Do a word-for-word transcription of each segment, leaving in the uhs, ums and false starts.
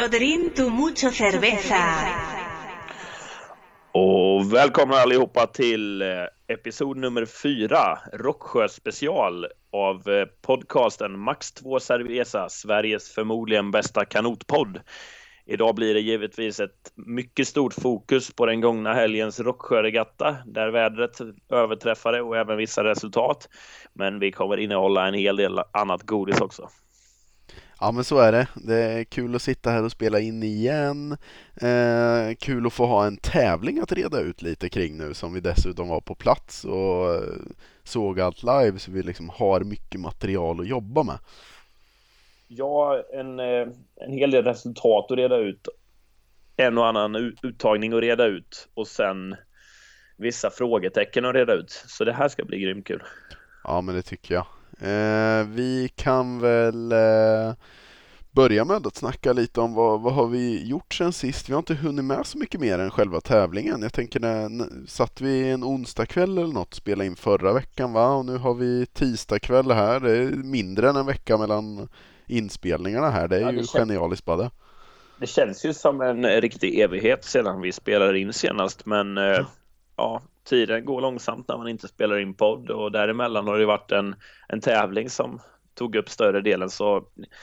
Roderinto mucho cerveza. Och välkomna allihopa till episod nummer fyra, Rocksjö special av podcasten Max två Cerveza, Sveriges förmodligen bästa kanotpodd. Idag blir det givetvis ett mycket stort fokus på den gångna helgens Rocksjöregatta, där vädret överträffade och även vissa resultat. Men vi kommer innehålla en hel del annat godis också. Ja, men så är det. Det är kul att sitta här och spela in igen. Eh, kul att få ha en tävling att reda ut lite kring nu, som vi dessutom var på plats och såg allt live, så vi liksom har mycket material att jobba med. Ja, en, en hel del resultat att reda ut. En och annan uttagning att reda ut. Och sen vissa frågetecken att reda ut. Så det här ska bli grymt kul. Ja, men det tycker jag. Eh, vi kan väl eh, börja med att snacka lite om vad, vad har vi gjort sen sist. Vi har inte hunnit med så mycket mer än själva tävlingen. Jag tänker, när, satt vi en onsdag kväll eller något, spela in förra veckan, va? Och nu har vi tisdag kväll här. Det är mindre än en vecka mellan inspelningarna här. Det är ja, det ju kän- genialiskt bara det. Det känns ju som en riktig evighet sedan vi spelade in senast. Men eh, ja, tiden går långsamt när man inte spelar in podd. Och däremellan har det varit en, en tävling som tog upp större delen. Så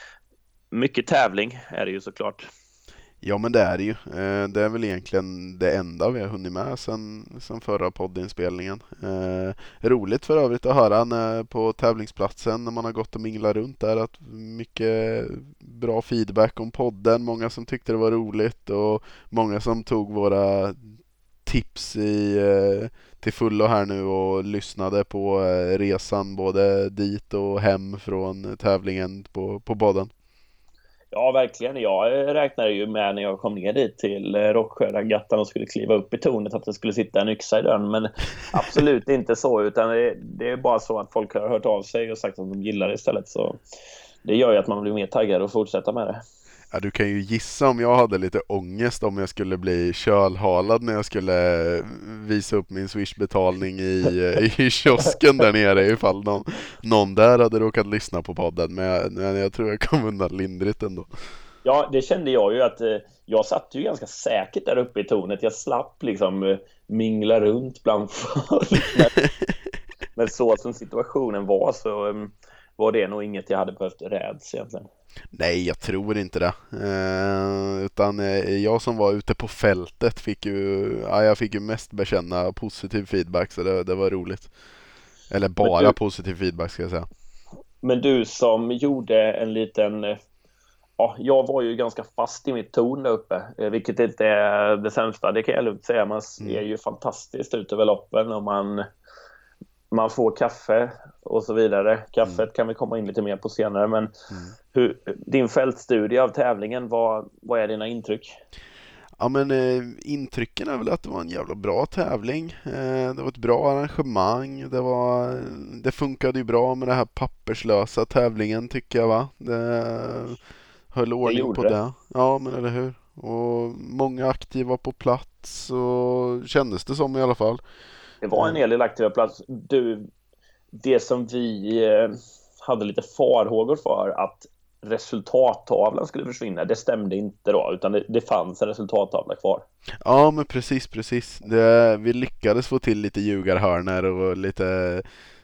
mycket tävling är det ju såklart. Ja, men det är det ju. Det är väl egentligen det enda vi har hunnit med sen, sen förra poddinspelningen. Eh, roligt för övrigt att höra när, på tävlingsplatsen när man har gått och minglat runt där, att mycket bra feedback om podden. Många som tyckte det var roligt och många som tog våra tips i, eh, till fullo här nu och lyssnade på eh, resan både dit och hem från tävlingen på, på podden. Ja, verkligen. Jag räknade ju med när jag kom ner dit till Rocksjöregattan och skulle kliva upp i tornet att det skulle sitta en yxa i dörren. Men absolut inte så, utan det, det är bara så att folk har hört av sig och sagt att de gillar det istället. Så det gör ju att man blir mer taggad och fortsätta med det. Ja, du kan ju gissa om jag hade lite ångest om jag skulle bli kölhalad när jag skulle visa upp min Swish-betalning i, i kiosken där nere, ifall någon, någon där hade råkat lyssna på podden. Men jag, men jag tror jag kom undan lindrigt ändå. Ja, det kände jag ju att eh, jag satt ju ganska säkert där uppe i tornet. Jag slapp liksom eh, mingla runt bland folk. Men, men så som situationen var så eh, var det nog inget jag hade behövt räds egentligen. Nej, jag tror inte det. Eh, utan eh, jag som var ute på fältet fick ju, ja, jag fick ju mest bekänna positiv feedback, så det, det var roligt. Eller bara du, positiv feedback ska jag säga. Men du som gjorde en liten... Ja, jag var ju ganska fast i mitt torn där uppe, vilket inte är det sämsta. Det kan jag lugnt säga. Man ser mm. ju fantastiskt ut över loppen och man... Man får kaffe och så vidare. Kaffet mm. kan vi komma in lite mer på senare. Men mm. hur, din fältstudie av tävlingen, vad, vad är dina intryck? Ja, men eh, intrycken är väl att det var en jävla bra tävling. Eh, det var ett bra arrangemang. Det, var, det funkade ju bra med det här papperslösa tävlingen, tycker jag, va? Det höll ordning på det. det. Ja, men eller hur? Och många aktiva på plats, och kändes det som i alla fall. Det var en hel del aktiva plats. Du, det som vi eh, hade lite farhågor för, att resultattavlan skulle försvinna, det stämde inte då, utan det, det fanns en resultattavla kvar. Ja, men precis, precis. Det, vi lyckades få till lite ljugarhörnor och lite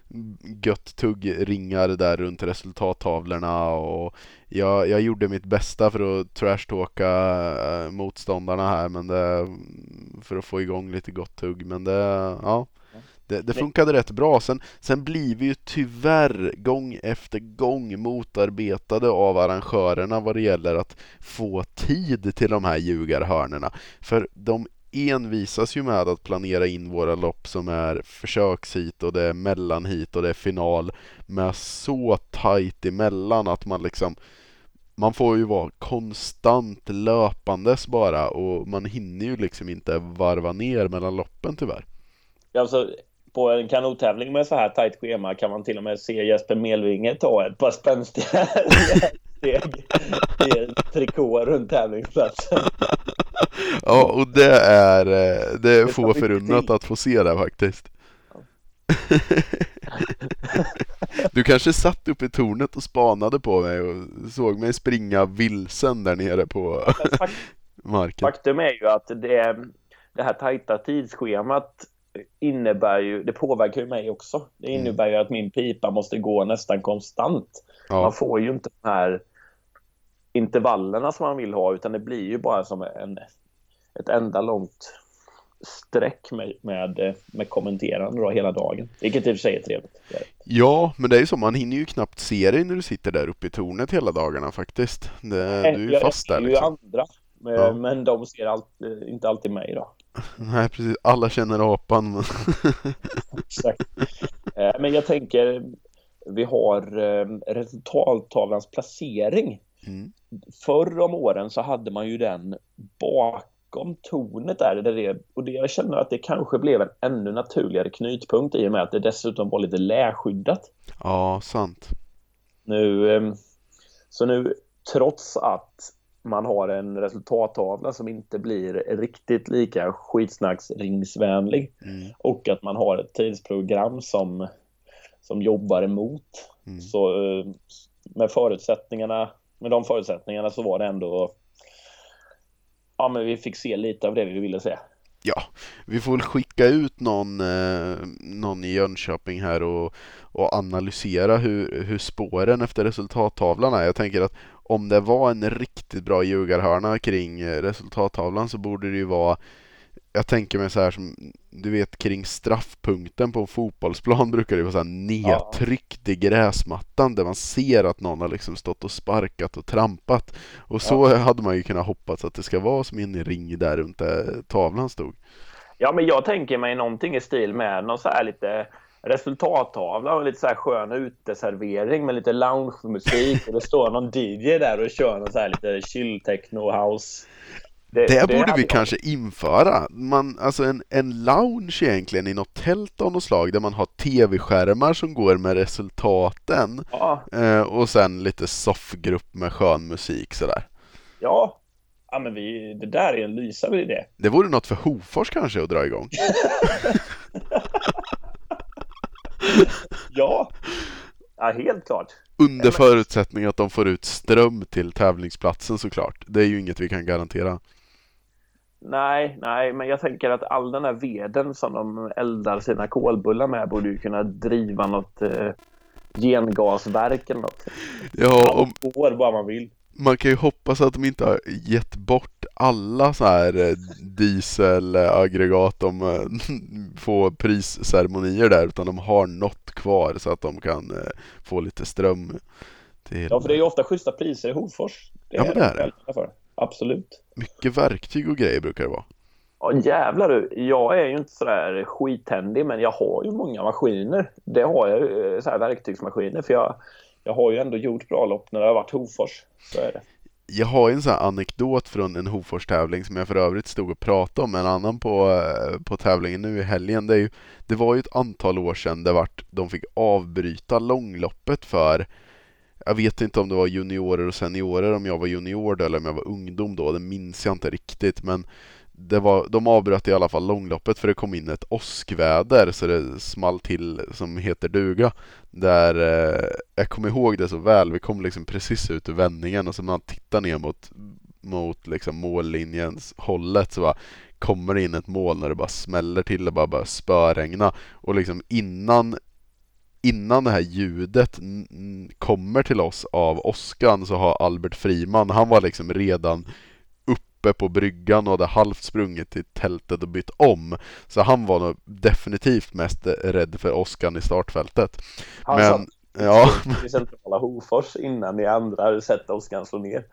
gött tuggringar där runt resultattavlorna, och jag, jag gjorde mitt bästa för att trashtalka äh, motståndarna här, men det, för att få igång lite gott tugg, men det, ja, det, det funkade rätt bra. Sen, sen blir vi ju tyvärr gång efter gång motarbetade av arrangörerna vad det gäller att få tid till de här ljugarhörnorna, för de envisas ju med att planera in våra lopp som är försökshit och det är mellanhit och det är final med så tajt emellan att man liksom man får ju vara konstant löpandes bara, och man hinner ju liksom inte varva ner mellan loppen tyvärr. Ja, alltså, på en kanottävling med så här tajt schema kan man till och med se Jesper Melvinge ta ett par spänstiga steg i en trikå runt tävlingsplatsen. Ja, och det är det är få förunnat att få se det faktiskt. Du kanske satt uppe i tornet och spanade på mig och såg mig springa vilsen där nere på marken. Faktum är ju att det, det här tajta tidsschemat innebär ju, det påverkar ju mig också. Det innebär ju att min pipa måste gå nästan konstant. Ja. Man får ju inte de här intervallerna som man vill ha, utan det blir ju bara som en, ett enda långt streck med, med, med kommenterande då hela dagen. Vilket i och för sig är trevligt. Ja, men det är ju så, man hinner ju knappt se dig när du sitter där uppe i tornet hela dagarna faktiskt. Det, Nej, du är ju fast där liksom. Jag ser ju andra, men, ja. men de ser allt, inte alltid mig då. Nej, precis. Alla känner apan. Exakt. Men jag tänker, vi har resultattavlans placering. Mm. Förr om åren så hade man ju den bakom tornet där, där det, och det, jag känner att det kanske blev en ännu naturligare knytpunkt i och med att det dessutom var lite läskyddat. Ja, sant. Nu, så nu, trots att man har en resultattavla som inte blir riktigt lika skitsnacksringsvänlig mm. och att man har ett tidsprogram som, som jobbar emot. Mm. Så med förutsättningarna, med de förutsättningarna så var det ändå, ja, men vi fick se lite av det vi ville se. Ja, vi får väl skicka ut någon, eh, någon i Jönköping här och, och analysera hur, hur spåren efter resultattavlan är. Jag tänker att om det var en riktigt bra ljugarhörna kring resultattavlan så borde det ju vara, jag tänker mig så här som, du vet, kring straffpunkten på en fotbollsplan brukar det vara så här nedtryckt i gräsmattan där man ser att någon har liksom stått och sparkat och trampat. Och så ja. hade man ju kunnat hoppas att det ska vara som en ring där runt där tavlan stod. Ja, men jag tänker mig någonting i stil med någon så här lite resultattavla och lite så här skön uteservering med lite lounge-musik och det står någon D J där och kör någon så här lite chill techno house. Det, det, det borde vi kanske införa. Man, alltså en, en lounge egentligen i något tält av något slag där man har tv-skärmar som går med resultaten ja. eh, och sen lite soffgrupp med skön musik sådär. Ja, ja men vi, det där är en lysande idé. Det vore något för Hofors kanske att dra igång. ja. Ja, helt klart. Under förutsättning att de får ut ström till tävlingsplatsen såklart. Det är ju inget vi kan garantera. Nej, nej, men jag tänker att all den här veden som de eldar sina kolbullar med borde ju kunna driva något eh, gengasverk eller något. Ja, om... år bara man vill. Man kan ju hoppas att de inte har gett bort alla så här dieselaggregat de får prisceremonier där, utan de har något kvar så att de kan få lite ström till... Ja, för det är ju ofta schyssta priser i Hofors. Det ja, men det är det. För. Absolut. Mycket verktyg och grejer brukar det vara. Ja, jävlar du. Jag är ju inte sådär skithändig, men jag har ju många maskiner. Det har jag ju, så här verktygsmaskiner, för jag Jag har ju ändå gjort bra lopp när det har varit Hofors, så är det. Jag har en sån här anekdot från en Hofors-tävling som jag för övrigt stod och pratade om en annan på, på tävlingen nu i helgen. Det, är ju, det var ju ett antal år sedan det vart, de fick avbryta långloppet för, jag vet inte om det var juniorer och seniorer, om jag var junior då, eller om jag var ungdom då, det minns jag inte riktigt, men det var, de avbröt i alla fall långloppet för det kom in ett åskväder så det small till som heter duga. Där, eh, jag kommer ihåg det så väl, vi kom liksom precis ut ur vändningen och så man tittar ner mot, mot liksom mållinjens hållet så bara kommer det in ett mål när det bara smäller till och bara, bara spöregna. Och liksom innan, innan det här ljudet n- kommer till oss av åskan så har Albert Friman, han var liksom redan uppe på bryggan och hade halvt sprungit till tältet och bytt om. Så han var nog definitivt mest rädd för åskan i startfältet. Han men satt ja, i centrala Hofors innan ni andra hade sett åskan slå ner.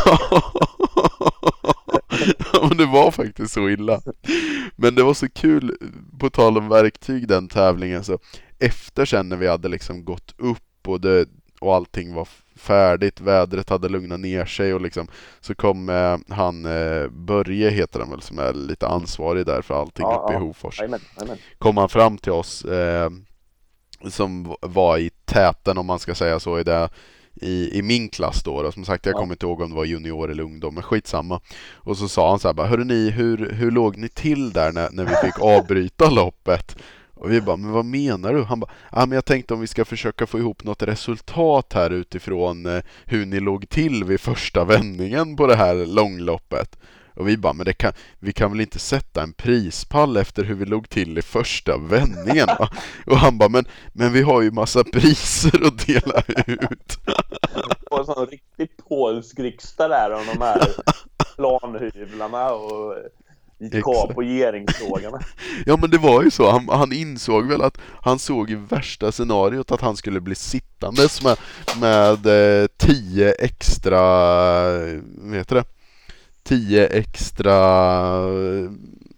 Ja, men det var faktiskt så illa. Men det var så kul, på tal om verktyg den tävlingen, så efter sen när vi hade liksom gått upp och det och allting var färdigt, vädret hade lugnat ner sig och liksom så kom eh, han eh, Börje heter han väl, som är lite ansvarig där för allting ja, uppe ja. i Hofors. Amen, amen. Kom han fram till oss eh, som var i täten, om man ska säga så, i det i, i min klass då, då. Som sagt, jag ja. kommer inte ihåg om det var junior eller ungdom, men skitsamma. Och så sa han så här bara, hörru ni, hur, hur låg ni till där när, när vi fick avbryta loppet? Och vi bara, men vad menar du? Han bara, ja men jag tänkte om vi ska försöka få ihop något resultat här utifrån eh, hur ni låg till vid första vändningen på det här långloppet. Och vi bara, men det kan, vi kan väl inte sätta en prispall efter hur vi låg till i första vändningen, va? Och han bara, men, men vi har ju massa priser att dela ut. Det var en sån riktig polsk riksdag där om de här planhyvlarna och kap och geringsfrågorna. Ja men det var ju så, han, han insåg väl att han såg i värsta scenariot att han skulle bli sittandes med, med eh, tio extra, vad heter det? Tio extra eh,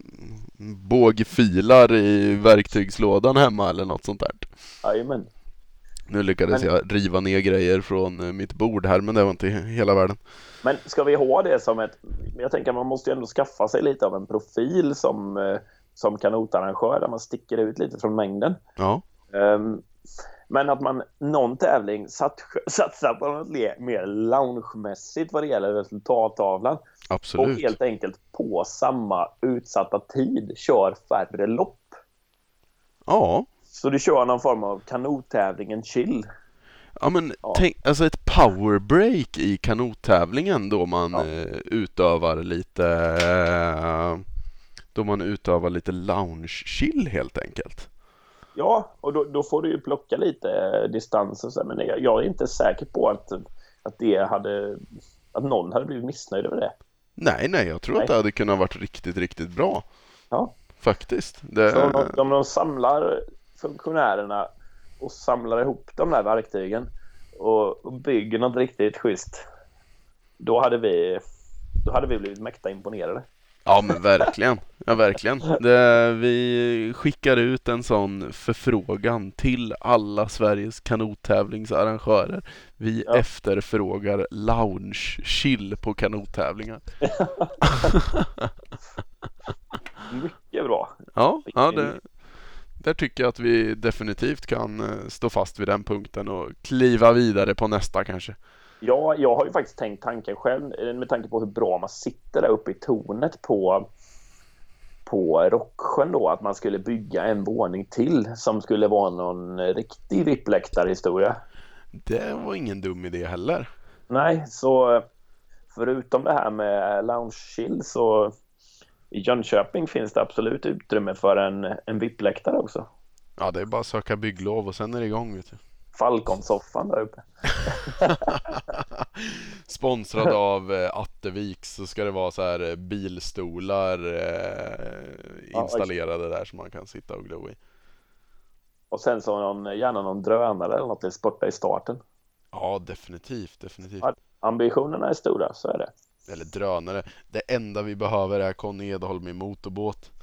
bågfilar i verktygslådan hemma eller något sånt där. Jajamän. Nu lyckades men, jag riva ner grejer från mitt bord här, men det var inte hela världen. Men ska vi ha det som ett... Jag tänker att man måste ju ändå skaffa sig lite av en profil som, som kanotarrangör där man sticker ut lite från mängden. Ja. Um, men att man någon tävling sat, satsar på något mer loungemässigt vad det gäller resultattavlan. Absolut. Och helt enkelt på samma utsatta tid kör färre lopp. Ja. Så du kör någon form av kanottävlingen chill. Ja men ja. Tänk, alltså ett powerbreak i kanottävlingen då man ja. eh, utövar lite eh, då man utövar lite lounge chill helt enkelt. Ja, och då, då får du ju plocka lite eh, distans och så, men jag, jag är inte säker på att, att det hade att någon hade blivit missnöjd över det. Nej, nej, jag tror nej. att det hade kunnat varit riktigt, riktigt bra. Ja. Faktiskt. Det... Så om de, om de samlar funktionärerna och samlar ihop de där verktygen och, och bygger något riktigt schysst, då hade vi då hade vi blivit mäkta imponerade. Ja men verkligen, ja verkligen. Det, vi skickar ut en sån förfrågan till alla Sveriges kanottävlingsarrangörer. Vi ja. efterfrågar lounge chill på kanottävlingar. Mycket bra. Ja, ja det, där tycker jag att vi definitivt kan stå fast vid den punkten och kliva vidare på nästa kanske. Ja, jag har ju faktiskt tänkt tanken själv med tanke på hur bra man sitter där uppe i tornet på, på Rocksjön då, att man skulle bygga en våning till som skulle vara någon riktig vippläktarhistoria. Det var ingen dum idé heller. Nej, så förutom det här med lounge chill så i Jönköping finns det absolut utrymme för en, en vippläktare också. Ja, det är bara att söka bygglov och sen är det igång, vet du. Falkonsoffan där uppe. Sponsrad av eh, Atteviks, så ska det vara så här bilstolar eh, installerade ja, där som man kan sitta och glo i. Och sen så någon, gärna någon drönare eller något till sporta i starten. Ja, definitivt, definitivt. Ja, ambitionerna är stora, så är det. Eller drönare. Det enda vi behöver är Conny Edholm i motorbåt.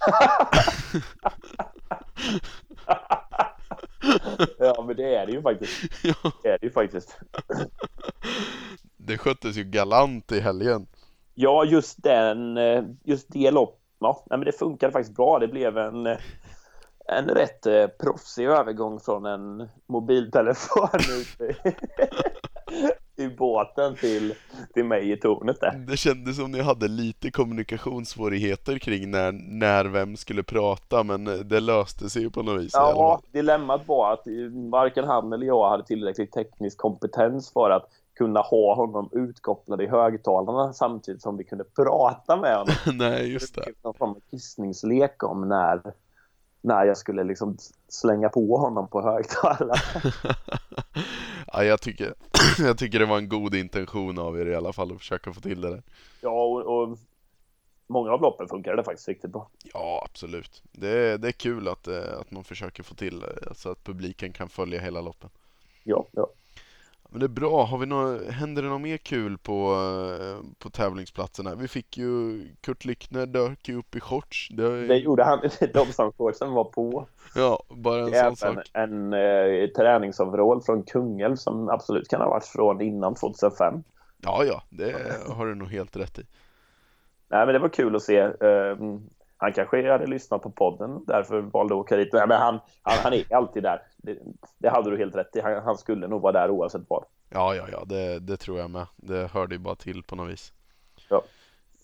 Ja, men det är det ju faktiskt. Ja. Det är det ju faktiskt. Det sköttes ju galant i helgen. Ja, just den, just det lopp. Ja, men det funkade faktiskt bra. Det blev en, en rätt proffsig övergång från en mobiltelefon ut i båten till, till mig i tornet där. Det kändes som ni hade lite kommunikationssvårigheter kring när, när vem skulle prata, men det löste sig ju på något vis. Ja, dilemmat var att varken han eller jag hade tillräcklig teknisk kompetens för att kunna ha honom utkopplad i högtalarna samtidigt som vi kunde prata med honom. Nej, just det. Det var en kissningslek om när, när jag skulle liksom slänga på honom på högtalarna. Ja, jag tycker, jag tycker det var en god intention av er i alla fall att försöka få till det där. Ja, och, och många av loppen funkar det faktiskt riktigt bra. Ja, absolut. Det är, det är kul att, att man försöker få till så att publiken kan följa hela loppen. Ja, ja. Men det är bra. Har vi något, händer det något mer kul på, på tävlingsplatserna? Vi fick ju Kurt Lyckner dök ju upp i shorts. Det, det gjorde han. De som shortsen var på. Ja, bara en Även sån sak. En, en eh, träningsoverall från Kungälv som absolut kan ha varit från innan tjugohundrafem. Ja, ja. Det har du nog helt rätt i. Nej, men det var kul att se. Uh, han kanske hade lyssnat på podden, därför valde att åka dit. Nej, men han, han, han är alltid där. Det, det hade du helt rätt i. Han, han skulle nog vara där oavsett vad. Ja, ja, ja. Det, det tror jag med. Det hörde ju bara till på något vis. Ja.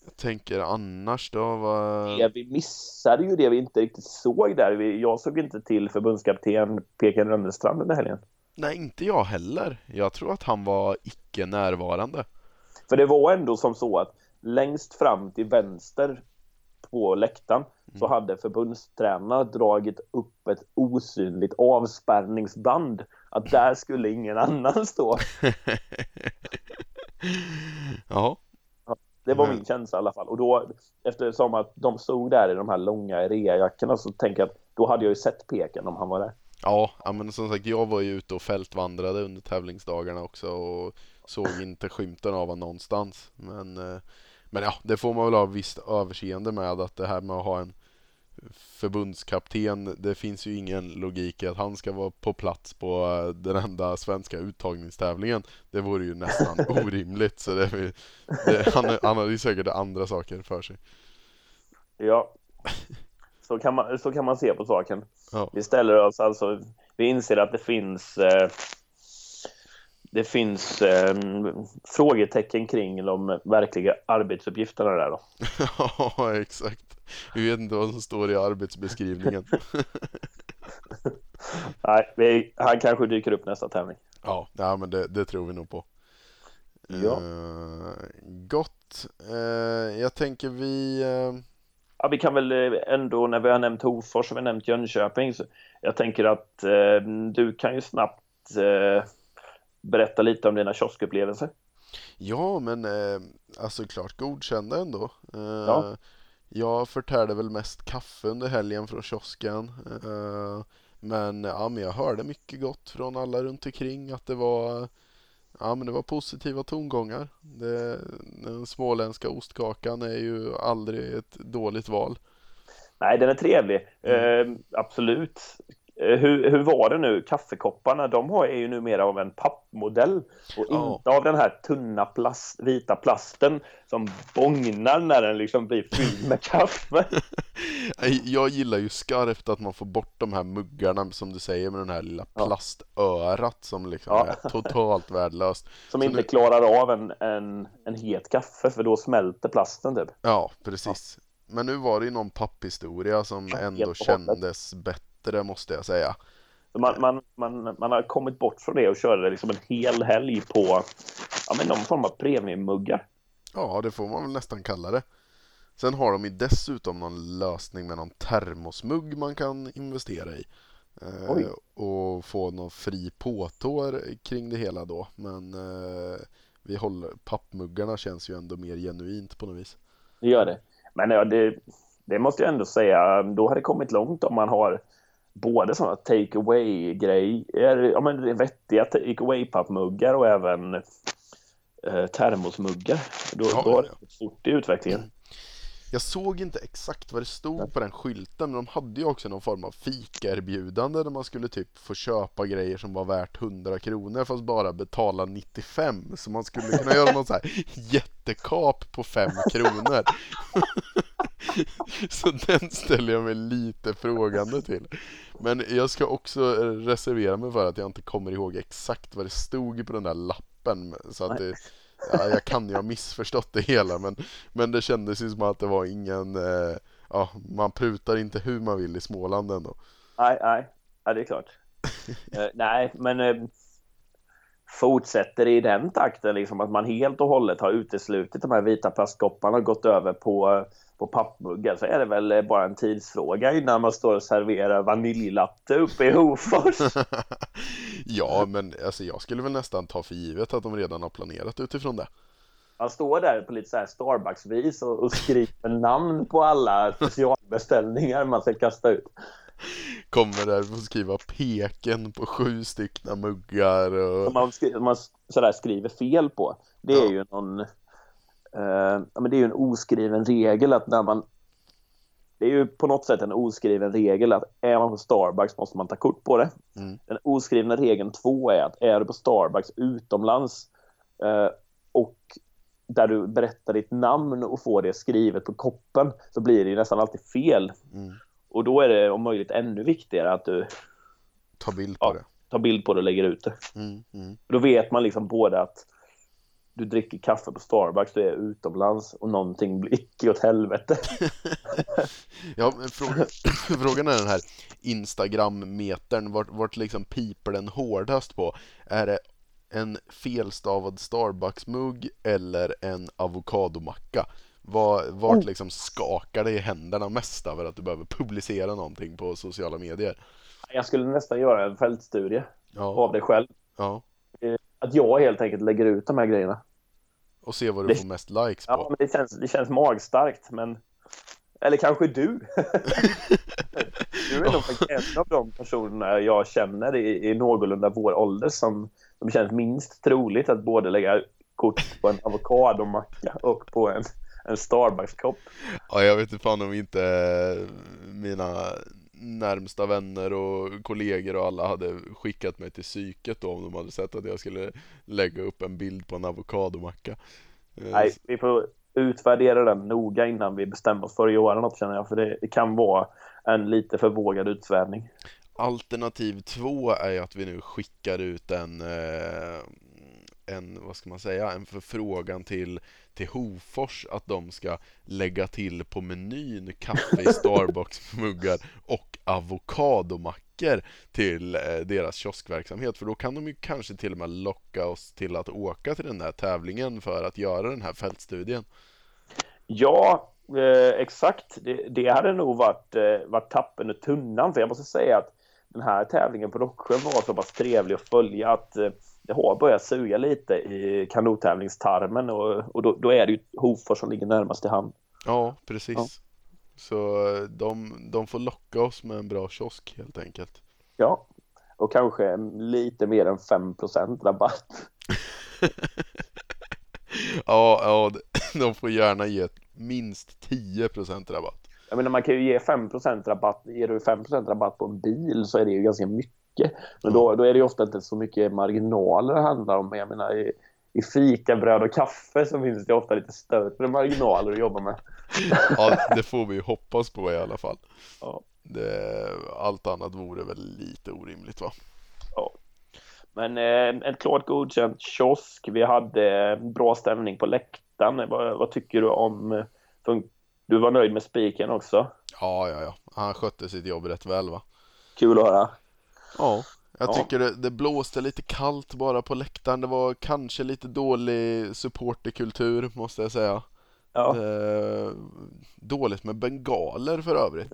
Jag tänker annars då vad... Ja, vi missade ju det vi inte riktigt såg där. Vi, jag såg inte till förbundskapten Pekan Rönnestrand den här helgen. Nej, inte jag heller. Jag tror att han var icke närvarande. För det var ändå som så att längst fram till vänster på läktaren mm. så hade förbundstränarna dragit upp ett osynligt avspärrningsband. Att där skulle ingen annan stå. Ja. Det var min känsla i alla fall. Och då, eftersom att de stod där i de här långa reajackorna, så tänker jag att då hade jag ju sett Pekan om han var där. Ja, men som sagt, jag var ju ute och fältvandrade under tävlingsdagarna också och såg inte skymten av honom någonstans. Men, men ja, det får man väl ha visst överseende med, att det här med att ha en förbundskapten, det finns ju ingen logik i att han ska vara på plats på den enda svenska uttagningstävlingen. Det vore ju nästan orimligt, så det, det, han, han hade ju säkert andra saker för sig. Ja, så kan man, så kan man se på saken. Ja. Vi ställer oss alltså, vi inser att det finns eh, det finns eh, frågetecken kring de verkliga arbetsuppgifterna där då. Ja, exakt. Vi vet inte vad som står i arbetsbeskrivningen. Nej, vi, han kanske dyker upp nästa tävling. Ja, ja men det, det tror vi nog på. Ja. Uh, gott. Uh, jag tänker vi... Uh... Ja, vi kan väl ändå, när vi har nämnt Hofors och vi har nämnt Jönköping, så jag tänker att uh, du kan ju snabbt uh, berätta lite om dina kioskupplevelser. Ja, men uh, alltså klart godkända ändå. Uh, ja. Jag förtärde väl mest kaffe under helgen från kiosken. Uh, men, ja, men jag hörde mycket gott från alla runt omkring, att det var, ja, men det var positiva tongångar. Det, den småländska ostkakan är ju aldrig ett dåligt val. Nej, den är trevlig. Mm. Uh, absolut. Hur, hur var det nu? Kaffekopparna, de har, är ju numera av en pappmodell och oh. inte av den här tunna plast, vita plasten som bångnar när den liksom blir fylld med kaffe. Jag gillar ju skarpt att man får bort de här muggarna, som du säger, med den här lilla plastörat som liksom ja. är totalt värdelöst. Som Så inte nu... klarar av en, en, en het kaffe, för då smälter plasten typ. Ja, precis. Ja. Men nu var det ju någon papphistoria som ja, ändå kändes bättre. Det måste jag säga. Man, man, man, man har kommit bort från det och körde liksom en hel helg på, ja, men någon form av premiummuggar. Ja, det får man väl nästan kalla det. Sen har de ju dessutom någon lösning med någon termosmugg man kan investera i. Eh, och få någon fri påtår kring det hela då. Men eh, vi håller, pappmuggarna känns ju ändå mer genuint på något vis. Det gör det. Men ja, det, det måste jag ändå säga, då har det kommit långt om man har både sådana take away grejer, ja, men vettiga take away pappmuggar och även eh, termosmuggar. Då, ja, då har det gått fort i utvecklingen. Jag såg inte exakt vad det stod på den skylten, men de hade ju också någon form av fika-erbjudande där man skulle typ få köpa grejer som var värt hundra kronor fast bara betala nittiofem, så man skulle kunna göra någon så här jättekap på fem kronor. Så den ställer jag mig lite frågande till. Men jag ska också reservera mig för att jag inte kommer ihåg exakt vad det stod på den där lappen, så att det, ja, jag kan ju ha missförstått det hela, men, men det kändes ju som att det var ingen eh, ja, man prutar inte hur man vill i Småland ändå. Nej, nej, ja, det är klart. uh, nej, men uh, fortsätter i den takten liksom, att man helt och hållet har uteslutit de här vita plastkopparna och gått över på uh, på pappmuggar, så är det väl bara en tidsfråga innan man står och serverar vaniljlatte uppe i Hofors. Ja, men alltså, jag skulle väl nästan ta för givet att de redan har planerat utifrån det. Man står där på lite så här Starbucks-vis och, och skriver namn på alla specialbeställningar man ska kasta ut. Kommer där och skriva peken på sju stycken muggar. Och... man, skri- man så där skriver fel på. Det är ja. ju någon... Uh, ja, men det är ju en oskriven regel att när man, det är ju på något sätt en oskriven regel att är man på Starbucks måste man ta kort på det. Mm. Den oskrivna regeln två är att är du på Starbucks utomlands uh, och där du berättar ditt namn och får det skrivet på koppen, så blir det ju nästan alltid fel. Mm. Och då är det om möjligt ännu viktigare att du tar bild på ja, det. tar bild på det och lägger ut det. Mm. Mm. Då vet man liksom både att du dricker kaffe på Starbucks, du är utomlands och någonting blir icke åt helvete. Ja, men frågan, frågan är den här Instagram-metern, vart, vart liksom piper den hårdast på? Är det en felstavad Starbucks-mugg eller en avokadomacka? Var, vart Oh. liksom skakar det i händerna mest över att du behöver publicera någonting på sociala medier? Jag skulle nästan göra en fältstudie Ja, av det själv. ja. Att jag helt enkelt lägger ut de här grejerna. Och se vad du Det- får mest likes Ja, på. men det känns, det känns magstarkt, men... Eller kanske du. Du är nog faktiskt en av de personerna jag känner i, i någorlunda vår ålder som, som känns minst troligt att både lägga kort på en avokadomacka och på en, en Starbucks-kopp. Ja, jag vet inte fan om inte mina närmsta vänner och kollegor och alla hade skickat mig till psyket då, om de hade sett att jag skulle lägga upp en bild på en avokadomacka. Eh, Nej, vi får utvärdera den noga innan vi bestämmer oss för att göra något, känner jag. För det, det kan vara en lite förvågad utsvävning. Alternativ två är ju att vi nu skickar ut en, eh, en vad ska man säga, en förfrågan till, till Hofors att de ska lägga till på menyn kaffe i Starbucks-muggar och avokadomackor till eh, deras kioskverksamhet. För då kan de ju kanske till och med locka oss till att åka till den här tävlingen för att göra den här fältstudien. Ja, eh, exakt. Det, det hade nog varit, eh, varit tappen och tunnan. För jag måste säga att den här tävlingen på Rocksjön var så pass trevlig att följa att eh, det har börjat suga lite i kanottävlingstarmen. Och, och då, då är det ju Hofors som ligger närmast i hand. Ja, precis. Ja. Så eh, de, de får locka oss med en bra kiosk helt enkelt. Ja, och kanske en lite mer än fem procent rabatt. Ja, ja, de får gärna ge minst tio procent rabatt. Jag menar, man kan ju ge fem procent rabatt. Ger du fem procent rabatt på en bil så är det ju ganska mycket. Men då, då är det ju ofta inte så mycket marginaler det handlar om. Men jag menar, i, i fika, bröd och kaffe så finns det ofta lite större marginaler att jobba med. Ja, det får vi ju hoppas på i alla fall. Ja. Det, allt annat vore väl lite orimligt, va? Ja. Men eh, ett klart godkänt kiosk. Vi hade eh, bra stämning på läktaren. Vad, vad tycker du om... eh, fun- Du var nöjd med spiken också. Ja, ja, ja. Han skötte sitt jobb rätt väl, va? Kul att höra. Ja, jag Ja. tycker det, det blåste lite kallt bara på läktaren. Det var kanske lite dålig supporterkultur, måste jag säga. Ja, Det, dåligt med bengaler för övrigt.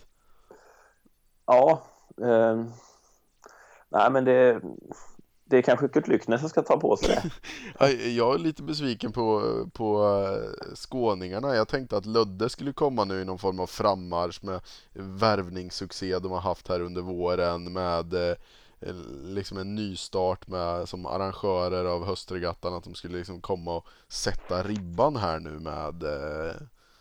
ja eh, nej men det, det är kanske Kurt Lyckner som ska ta på sig det. Ja, jag är lite besviken på, på eh, skåningarna. Jag tänkte att Lödde skulle komma nu i någon form av frammarsch med värvningssuccé de har haft här under våren, med eh, liksom en nystart med, som arrangörer av höstregattan, att de skulle liksom komma och sätta ribban här nu med, eh,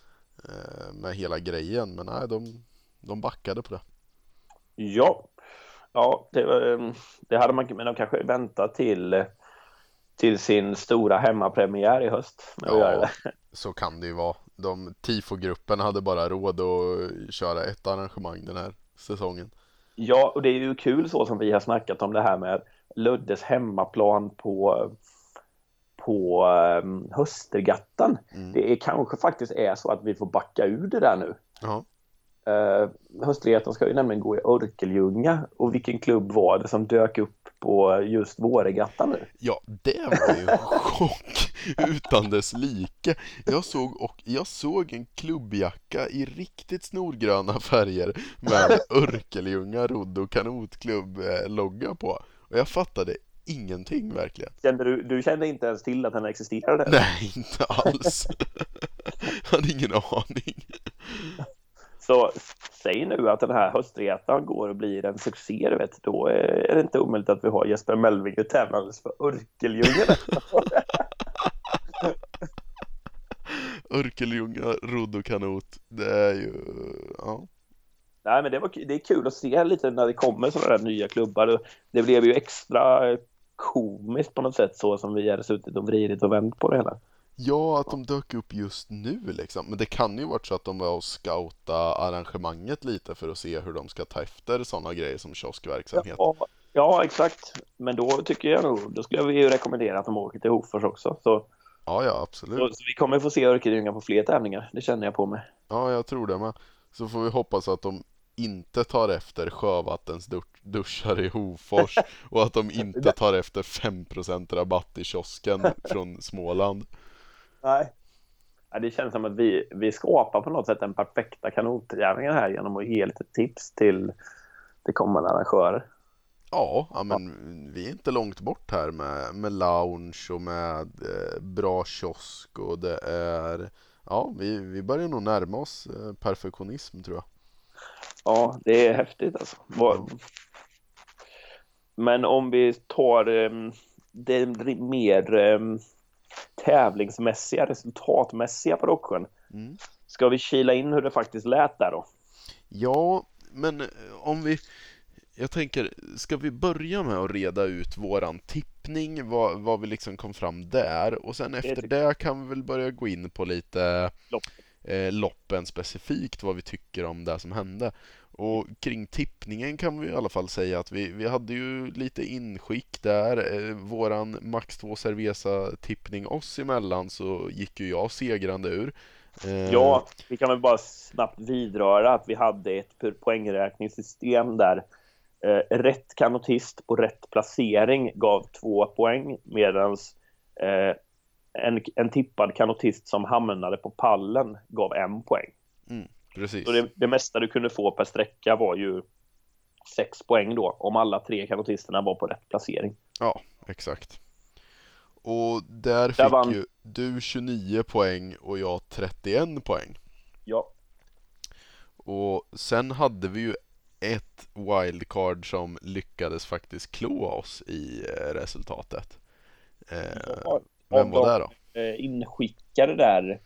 med hela grejen. Men nej, de, de backade på det. Ja, ja det, var- det hade man, men de kanske väntat till, till sin stora hemmapremiär i höst med att göra det. Så kan det ju vara. De tifogruppen hade bara råd att köra ett arrangemang den här säsongen. Ja, och det är ju kul så som vi har snackat om det här med Luddes hemmaplan på, på um, höstregattan. Mm. Det är kanske faktiskt är så att vi får backa ur det där nu. Ja. Uh, höstregattan ska ju nämligen gå i Örkelljunga. Och vilken klubb var det som dök upp på just vårregattan nu? Ja, det var ju en chock utan dess like. Jag såg, och jag såg en klubbjacka i riktigt snorgröna färger med Örkelljunga rodd- och kanotklubb-logga på. Och jag fattade ingenting verkligen. Kände du, du kände inte ens till att den existerade? Nej, inte alls. Jag hade ingen aning. Så säg nu att den här höstregattan går och blir en succé, du vet, då är det inte omöjligt att vi har Jesper Melving tävlandes för Örkelljunga. Örkelljunga, rodd och kanot. Det är ju, ja. Nej, men det, var, det är kul att se lite när det kommer sådana där nya klubbar. Det blev ju extra komiskt på något sätt, så som vi hade suttit och vridit och vänt på det hela. Ja, att de dök upp just nu liksom. Men det kan ju varit så att de var och scouta arrangemanget lite för att se hur de ska ta efter sådana grejer som kioskverksamhet. Ja, ja, exakt. Men då tycker jag nog, då skulle jag ju rekommendera att de åker till Hofors också. Så Ja, ja, absolut. Så, så vi kommer få se Örkelljunga på fler tävlingar, det känner jag på mig. Ja, jag tror det med. Så får vi hoppas att de inte tar efter Sjövattens duschar i Hofors och att de inte tar efter fem procent rabatt i kiosken från Småland. Nej. Ja, det känns som att vi, vi skapar på något sätt den perfekta kanottävlingen här genom att ge lite tips till, till kommande arrangörer. Ja, ja, men vi är inte långt bort här med, med lounge och med eh, bra kiosk och det är, ja, vi, vi börjar nog närma oss eh, perfektionism tror jag. Ja, det är häftigt alltså. Ja. Men om vi tar um, det mer um, tävlingsmässiga, resultatmässiga på Rocksjön. Mm. Ska vi kila in hur det faktiskt lät där då? Ja, men om vi... Jag tänker, ska vi börja med att reda ut våran tippning, vad, vad vi liksom kom fram där, och sen efter det, det kan vi väl börja gå in på lite Lopp. eh, loppen specifikt, vad vi tycker om det som hände. Och kring tippningen kan vi i alla fall säga att vi, vi hade ju lite inskick där, eh, våran Max två Cerveza tippning oss emellan, så gick ju jag segrande ur. Eh... Ja, vi kan väl bara snabbt vidröra att vi hade ett poängräkningssystem där Eh, rätt kanotist på rätt placering gav två poäng, medan eh, en, en tippad kanotist som hamnade på pallen gav en poäng. Mm, precis. Så det, det mesta du kunde få per sträcka var ju sex poäng då, om alla tre kanotisterna var på rätt placering. Ja, exakt. Och där fick där vann... ju du tjugonio poäng och jag trettioen poäng. Ja. Och sen hade vi ju ett wildcard som lyckades faktiskt kloa oss i resultatet. Eh, ja, vem var det då? Inskickade där.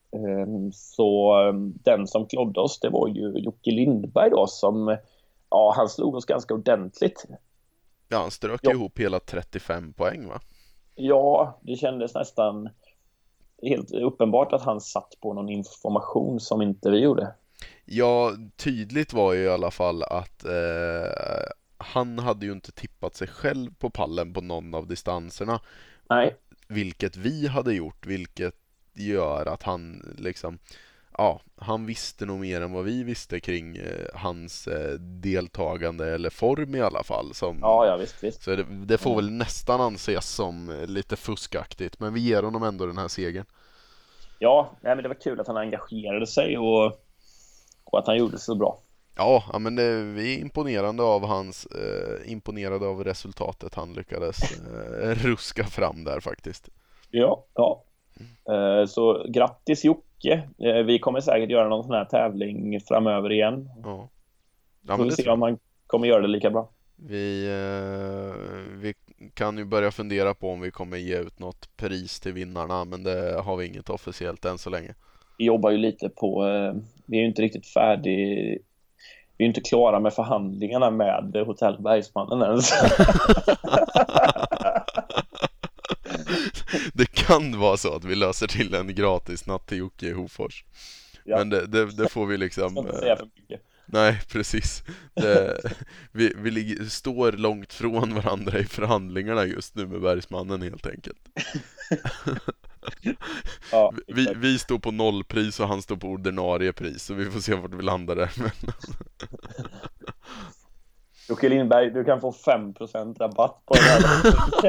Så den som klodde oss, det var ju Jocke Lindberg då, som ja, han slog oss ganska ordentligt. Ja, han strök ja. ihop hela trettiofem poäng, va? Ja, det kändes nästan helt uppenbart att han satt på någon information som inte vi gjorde. Ja, tydligt var ju i alla fall att eh, han hade ju inte tippat sig själv på pallen på någon av distanserna. Nej. Vilket vi hade gjort, vilket gör att han liksom, ja, han visste nog mer än vad vi visste kring eh, hans eh, deltagande eller form i alla fall. Som, ja, ja, visst, visst. Så det, det får väl nästan anses som lite fuskaktigt, men vi ger honom ändå den här segern. Ja, nej, men det var kul att han engagerade sig och och att han gjorde så bra. Ja, ja men det, vi är imponerande av hans eh, imponerade av resultatet han lyckades eh, ruska fram där faktiskt. Ja, ja. Eh, så grattis Jocke. Eh, vi kommer säkert göra någon sån här tävling framöver igen. Ja. Ja, men vi se om han kommer göra det lika bra. Vi, eh, vi kan ju börja fundera på om vi kommer ge ut något pris till vinnarna, men det har vi inget officiellt än så länge. Vi jobbar ju lite på, eh, vi är ju inte riktigt färdig, vi är ju inte klara med förhandlingarna med Hotell Bergsmannen ens. Det kan vara så att vi löser till en gratis natt till Jocke i Hofors. Ja. Men det, det, det får vi liksom... Jag ska inte säga för mycket. Nej, precis. Det, vi vi ligger, står långt från varandra i förhandlingarna just nu med Bergsmannen helt enkelt. Ja, vi, vi står på nollpris och han står på ordinarie pris, så vi får se vart vi landar där. Jocke Lindberg, du kan få fem procent rabatt på det här.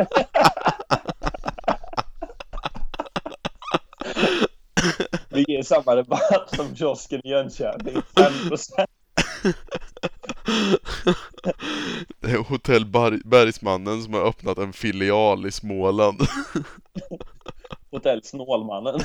Vi ger samma rabatt som kiosken i Jönköping, fem procent. Det är Hotell Bar- Bergsmannen som har öppnat en filial i Småland. Hotell Snålmannen.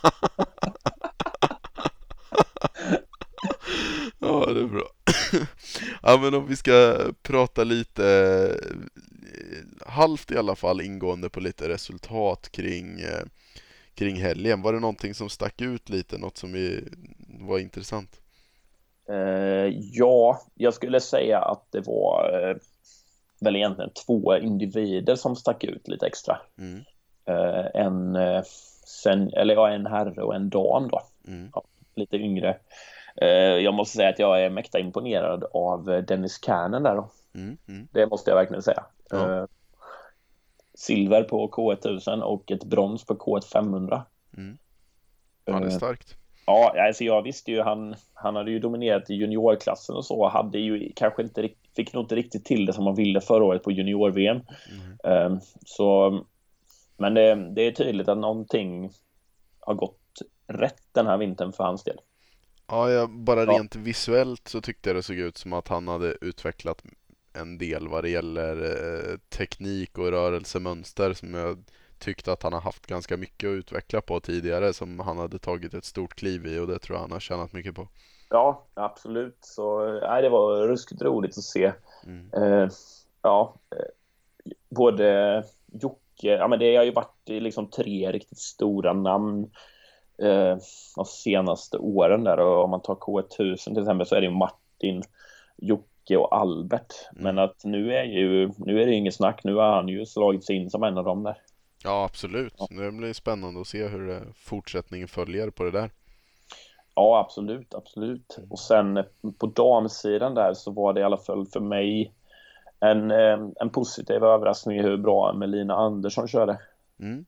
Ja, det är bra. Ja, men om vi ska prata lite halvt i alla fall ingående på lite resultat kring kring helgen. Var det någonting som stack ut lite, något som vi, var intressant? Uh, ja, jag skulle säga att det var uh, väl egentligen två individer som stack ut lite extra. Mm. Uh, en, uh, sen, eller ja, en herre och en dam då. Mm. Ja, lite yngre. Uh, jag måste säga att jag är mäkta imponerad av Dennis Kernen där då. Mm. Mm. Det måste jag verkligen säga. Ja. Uh, silver på K tusen och ett brons på K femhundra. Mm. Ja, det är starkt. Ja, alltså jag visste ju han, han hade ju dominerat i juniorklassen och så, hade ju kanske inte fick nog inte riktigt till det som man ville förra året på junior-V M. Mm. Um, så, men det, det är tydligt att någonting har gått rätt den här vintern för hans del. Ja, jag, bara ja. rent visuellt så tyckte jag det såg ut som att han hade utvecklat en del vad det gäller eh, teknik och rörelsemönster som jag tyckte att han har haft ganska mycket att utveckla på tidigare, som han hade tagit ett stort kliv i, och det tror jag han har tjänat mycket på. Ja, absolut. Så nej, det var ruskigt roligt att se. Mm. Eh, ja, eh, både Jocke, ja men det har ju varit liksom tre riktigt stora namn eh, de senaste åren där, och om man tar K tusen till exempel så är det ju Martin, Jocke och Albert. Mm. Men att nu är ju nu är det inget snack, nu har han ju slagit sig in som en av dem där. Ja, absolut. Ja. Det blir spännande att se hur det, fortsättningen följer på det där. Ja, absolut, absolut. Och sen på damsidan där så var det i alla fall för mig en, en positiv överraskning i hur bra Melina Andersson körde. Mm.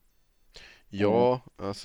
Ja, mm. alltså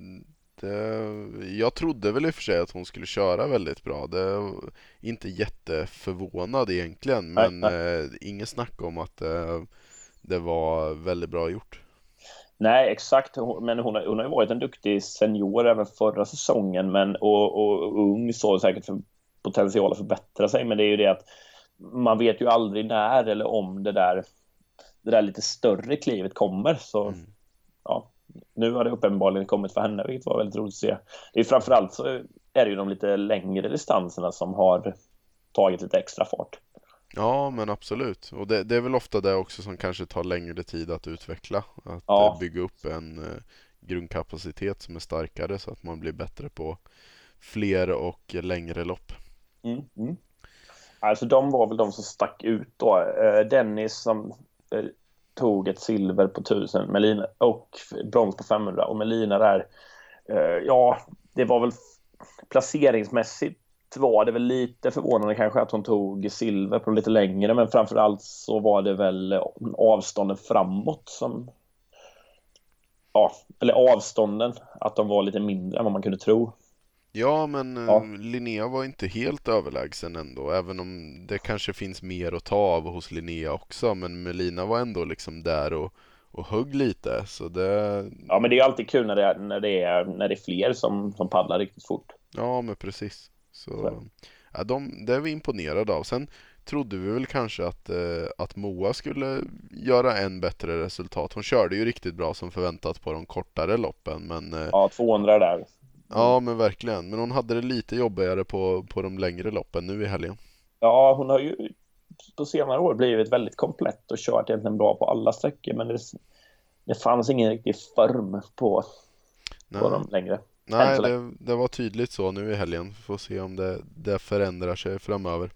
det, jag trodde väl i och för sig att hon skulle köra väldigt bra. Det är inte jätteförvånad egentligen, men nej, nej. Eh, inget snack om att det, det var väldigt bra gjort. Nej, exakt. Men hon har, hon har ju varit en duktig senior även förra säsongen, men, och, och, och ung, så säkert för potential att förbättra sig. Men det är ju det att man vet ju aldrig när eller om det där, det där lite större klivet kommer. Så mm. ja, nu har det uppenbarligen kommit för henne, vilket var väldigt roligt att se. Det är framförallt så är det ju de lite längre distanserna som har tagit lite extra fart. Ja, men absolut. Och det, det är väl ofta det också som kanske tar längre tid att utveckla. Att ja. bygga upp en eh, grundkapacitet som är starkare så att man blir bättre på fler och längre lopp. Mm, mm. Alltså de var väl de som stack ut då. Dennis som eh, tog ett silver på tusen Melina, och brons på femhundra. Och Melina där, eh, ja, det var väl placeringsmässigt var det väl lite förvånande kanske att hon tog silver på lite längre, men framförallt så var det väl avstånden framåt som ja, eller avstånden, att de var lite mindre än vad man kunde tro. Ja, men ja. Linnea var inte helt överlägsen ändå, även om det kanske finns mer att ta av hos Linnea också, men Melina var ändå liksom där och, och högg lite, så det... Ja, men det är alltid kul när det är, när det är, när det är fler som, som paddlar riktigt fort. Ja, men precis. Så, ja, de, det är vi imponerade av. Sen trodde vi väl kanske att, eh, att Moa skulle göra en bättre resultat. Hon körde ju riktigt bra som förväntat på de kortare loppen. Men, eh, ja, tvåhundra där. Ja, men verkligen. Men hon hade det lite jobbigare på, på de längre loppen nu i helgen. Ja, hon har ju på senare år blivit väldigt komplett och kört egentligen bra på alla sträckor. Men det, det fanns ingen riktig form på, på de längre. Nej, det, det var tydligt så nu i helgen. Får se om det, det förändrar sig framöver.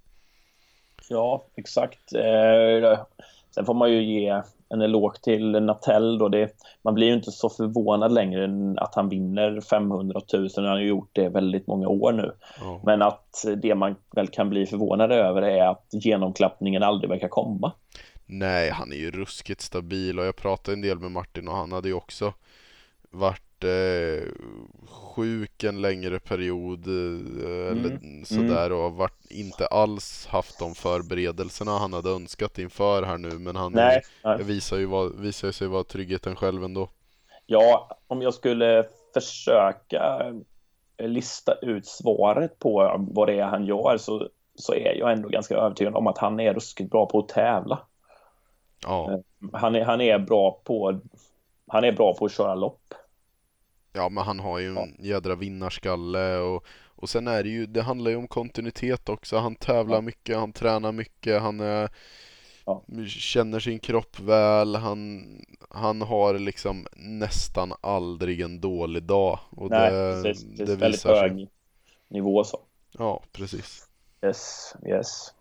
Ja, exakt. Eh, sen får man ju ge en eloge till Natell då. Det, man blir ju inte så förvånad längre att han vinner femhundra tusen. Han har ju gjort det väldigt många år nu. Oh. Men att det man väl kan bli förvånad över är att genomklappningen aldrig verkar komma. Nej, han är ju ruskigt stabil, och jag pratade en del med Martin och han hade ju också varit eh, sjuk en längre period eh, eller mm. sådär, och varit, inte alls haft de förberedelserna han hade önskat inför här nu, men han nej, är, nej. Visar, ju vad, visar sig vara tryggheten själv ändå. Ja, om jag skulle försöka lista ut svaret på vad det är han gör, så, så är jag ändå ganska övertygad om att han är ruskigt bra på att tävla. Ja. Han är, han är bra på han är bra på att köra lopp. Ja, men han har ju en jädra vinnarskalle, och, och sen är det ju, det handlar ju om kontinuitet också. Han tävlar ja. mycket, han tränar mycket, han är, ja. känner sin kropp väl, han, han har liksom nästan aldrig en dålig dag. Och nej, det, precis, det, det är väldigt hög sig. Nivå så. Ja, precis. Yes, yes.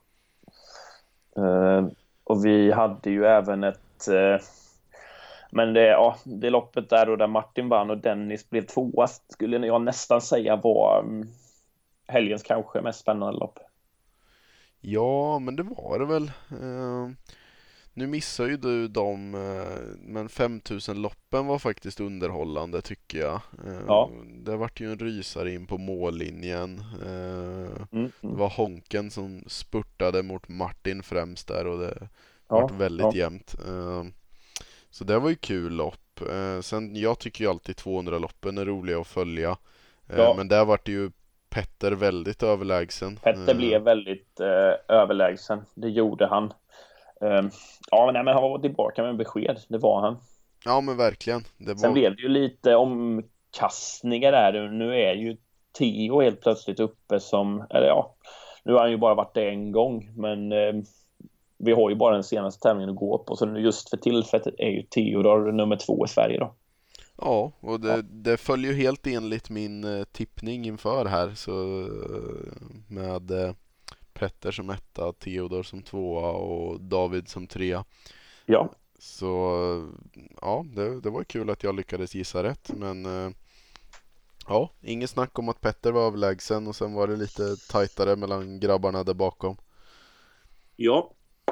Uh, och vi hade ju även ett... Uh, Men det, ja, det loppet där och där Martin vann och Dennis blev tvåa skulle jag nästan säga var um, helgens kanske mest spännande lopp. Ja, men det var det väl. Eh, nu missar ju du dem, men femtusen loppen var faktiskt underhållande tycker jag. Ja. Det vart ju en rysare in på mållinjen. Mm, mm. Det var Honken som spurtade mot Martin främst där och det Ja, vart väldigt ja. jämnt. Så det var ju kul lopp. Sen jag tycker ju alltid tvåhundra-loppen är roliga att följa. Ja. Men där vart det ju Petter väldigt överlägsen. Petter blev väldigt eh, överlägsen. Det gjorde han. Um, ja, men, nej, men han var tillbaka med besked. Det var han. Ja, men verkligen. Det var... Sen blev det ju lite omkastningar där. Nu är ju Theo helt plötsligt uppe som... Eller ja, nu har han ju bara varit det en gång. Men eh, vi har ju bara den senaste tävlingen att gå på. Så just för tillfället är ju Theodor nummer två i Sverige då. Ja, och det, ja. det följer ju helt enligt min eh, tippning inför här. Så med eh, Petter som etta, Theodor som tvåa och David som trea. Ja. Så ja, det, det var kul att jag lyckades gissa rätt. Men eh, ja, inget snack om att Petter var överlägsen. Och sen var det lite tajtare mellan grabbarna där bakom. Ja.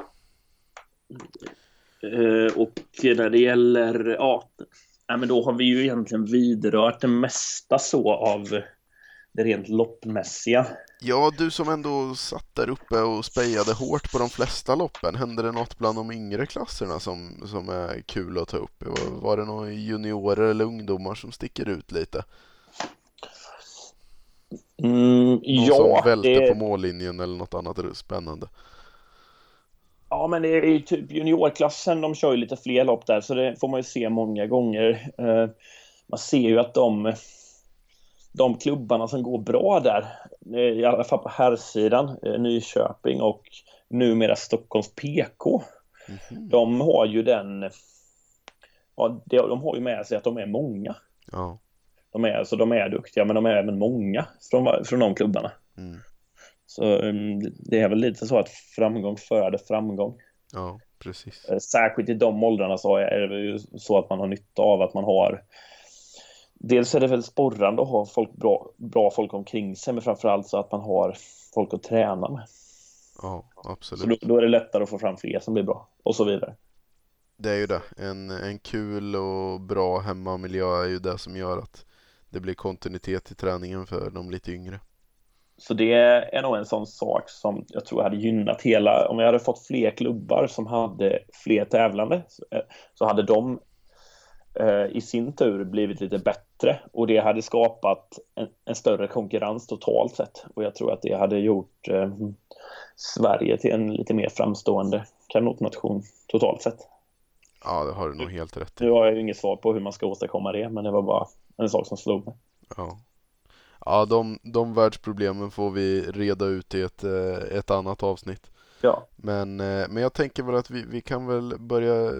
Eh, och när det gäller... Ja, ja, men då har vi ju egentligen vidrört det mesta så av det rent loppmässiga. Ja, du som ändå satt där uppe och spejade hårt på de flesta loppen. Hände det något bland de yngre klasserna som, som är kul att ta upp? Var, var det några juniorer eller ungdomar som sticker ut lite? Mm, Någon ja, som välte det... på mållinjen eller något annat spännande? Ja, men det är ju typ juniorklassen, de kör ju lite fler lopp där, så det får man ju se många gånger. Eh, man ser ju att de, de klubbarna som går bra där, i alla fall på herrsidan, eh, Nyköping och numera Stockholms P K, mm-hmm. de har ju den, ja, de har ju med sig att de är många. Ja. De är, alltså, de är duktiga, men de är även många från, från de klubbarna. Mm. Så um, det är väl lite så att framgång föder framgång. Ja, precis. Särskilt i de åldrarna så är det ju så att man har nytta av att man har... Dels är det väl sporrande att ha folk bra, bra folk omkring sig, men framförallt så att man har folk att träna med. Ja, absolut. Så då, då är det lättare att få fram fler som blir bra, och så vidare. Det är ju det. En, en kul och bra hemmamiljö är ju det som gör att det blir kontinuitet i träningen för de lite yngre. Så det är nog en sån sak som jag tror hade gynnat hela... Om jag hade fått fler klubbar som hade fler tävlande, så hade de eh, i sin tur blivit lite bättre. Och det hade skapat en, en större konkurrens totalt sett. Och jag tror att det hade gjort eh, Sverige till en lite mer framstående kanotnation totalt sett. Ja, det har du nog helt rätt i. Nu har jag ju inget svar på hur man ska åstadkomma det, men det var bara en sak som slog mig. Ja. Ja, de, de världsproblemen får vi reda ut i ett, ett annat avsnitt. Ja. Men, men jag tänker väl att vi, vi kan väl börja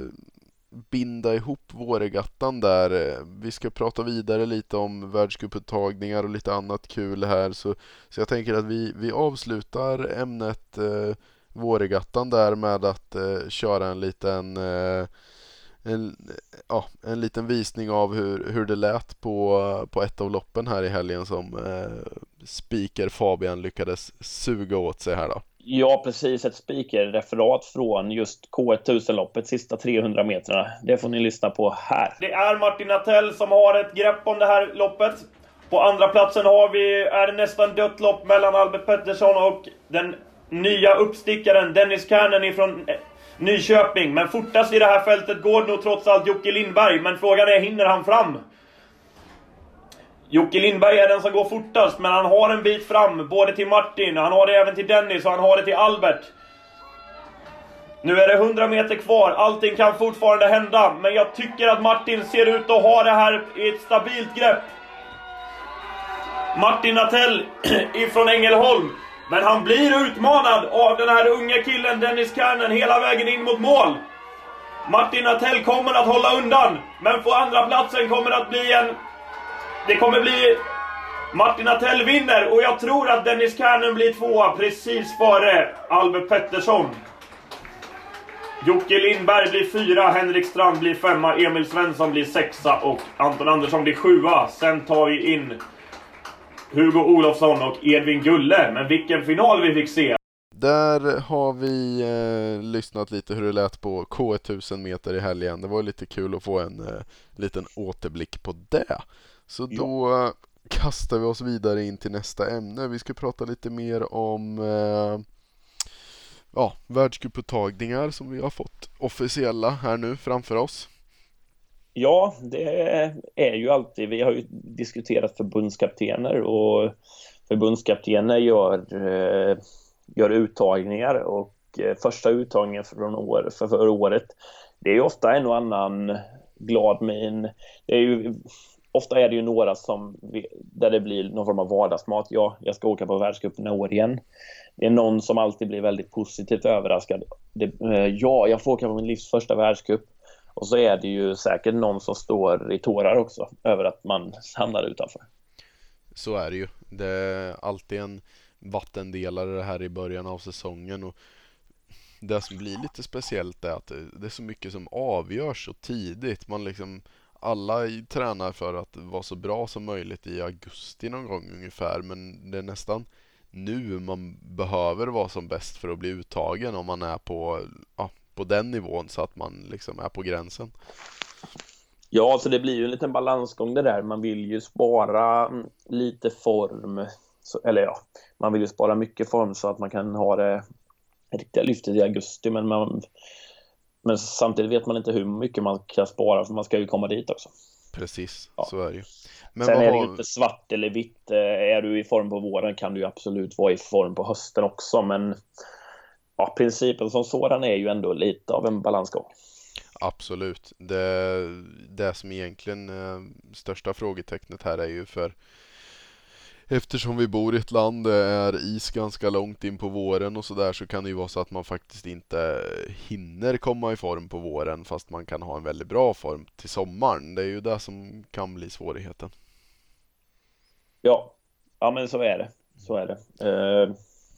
binda ihop Vårregattan där. Vi ska prata vidare lite om världscuputtagningar och lite annat kul här. Så, så jag tänker att vi, vi avslutar ämnet eh, Vårregattan där med att eh, köra en liten... Eh, En, ja, en liten visning av hur, hur det lät på, på ett av loppen här i helgen som eh, speaker Fabian lyckades suga åt sig här då. Ja, precis. Ett speakerreferat från just K tusen-loppet, sista trehundra metrarna. Det får ni lyssna på här. Det är Martin Nattell som har ett grepp om det här loppet. På andra platsen har vi, är det nästan dött lopp mellan Albert Pettersson och den nya uppstickaren Dennis Kärnen ifrån Nyköping. Men fortast i det här fältet går nog trots allt Jocke Lindberg. Men frågan är, hinner han fram? Jocke Lindberg är den som går fortast, men han har en bit fram både till Martin, han har det även till Dennis och han har det till Albert. Nu är det hundra meter kvar, allting kan fortfarande hända, men jag tycker att Martin ser ut att ha det här i ett stabilt grepp. Martin Nattell ifrån Ängelholm, men han blir utmanad av den här unga killen Dennis Kärnen hela vägen in mot mål. Martin Nattell kommer att hålla undan, men på andra platsen kommer att bli en... Det kommer bli... Martin Nattell vinner och jag tror att Dennis Kärnen blir tvåa precis före Albert Pettersson. Jocke Lindberg blir fyra, Henrik Strand blir femma, Emil Svensson blir sexa och Anton Andersson blir sjua. Sen tar vi in Hugo Olofsson och Edvin Gulle. Men vilken final vi fick se! Där har vi eh, lyssnat lite hur det lät på K tusen meter i helgen. Det var lite kul att få en eh, liten återblick på det. Så Ja. då eh, kastar vi oss vidare in till nästa ämne. Vi ska prata lite mer om eh, ja, världscuputtagningar som vi har fått officiella här nu framför oss. Ja, det är ju alltid, vi har ju diskuterat förbundskaptener och förbundskaptener gör, gör uttagningar och första uttagningen från år, för förra året, det är ju ofta en och annan glad min. Det är ju, ofta är det ju några som, där det blir någon form av vardagsmat. Ja, jag ska åka på världscupen i år igen. Det är någon som alltid blir väldigt positivt överraskad. Det, ja, jag får åka på min livs första världscup. Och så är det ju säkert någon som står i tårar också över att man hamnar utanför. Så är det ju. Det är alltid en vattendelare det här i början av säsongen. Och det som blir lite speciellt är att det är så mycket som avgörs så tidigt. Man liksom, alla tränar för att vara så bra som möjligt i augusti någon gång ungefär. Men det är nästan nu man behöver vara som bäst för att bli uttagen om man är på, ja, på den nivån så att man liksom är på gränsen. Ja, så det blir ju en liten balansgång det där. Man vill ju spara lite form, så, eller ja, man vill ju spara mycket form så att man kan ha det riktiga lyftet i augusti, men, man, men samtidigt vet man inte hur mycket man kan spara för man ska ju komma dit också. Precis, ja. Så är det ju. Men Sen vad är det har... ju inte svart eller vitt. Är du i form på våren kan du ju absolut vara i form på hösten också, men ja, principen som sådan är ju ändå lite av en balansgång. Absolut. Det, det som egentligen är största frågetecknet här är ju för eftersom vi bor i ett land där det är is ganska långt in på våren och sådär, så kan det ju vara så att man faktiskt inte hinner komma i form på våren fast man kan ha en väldigt bra form till sommaren. Det är ju det som kan bli svårigheten. Ja, ja men så är det. Så är det. Uh...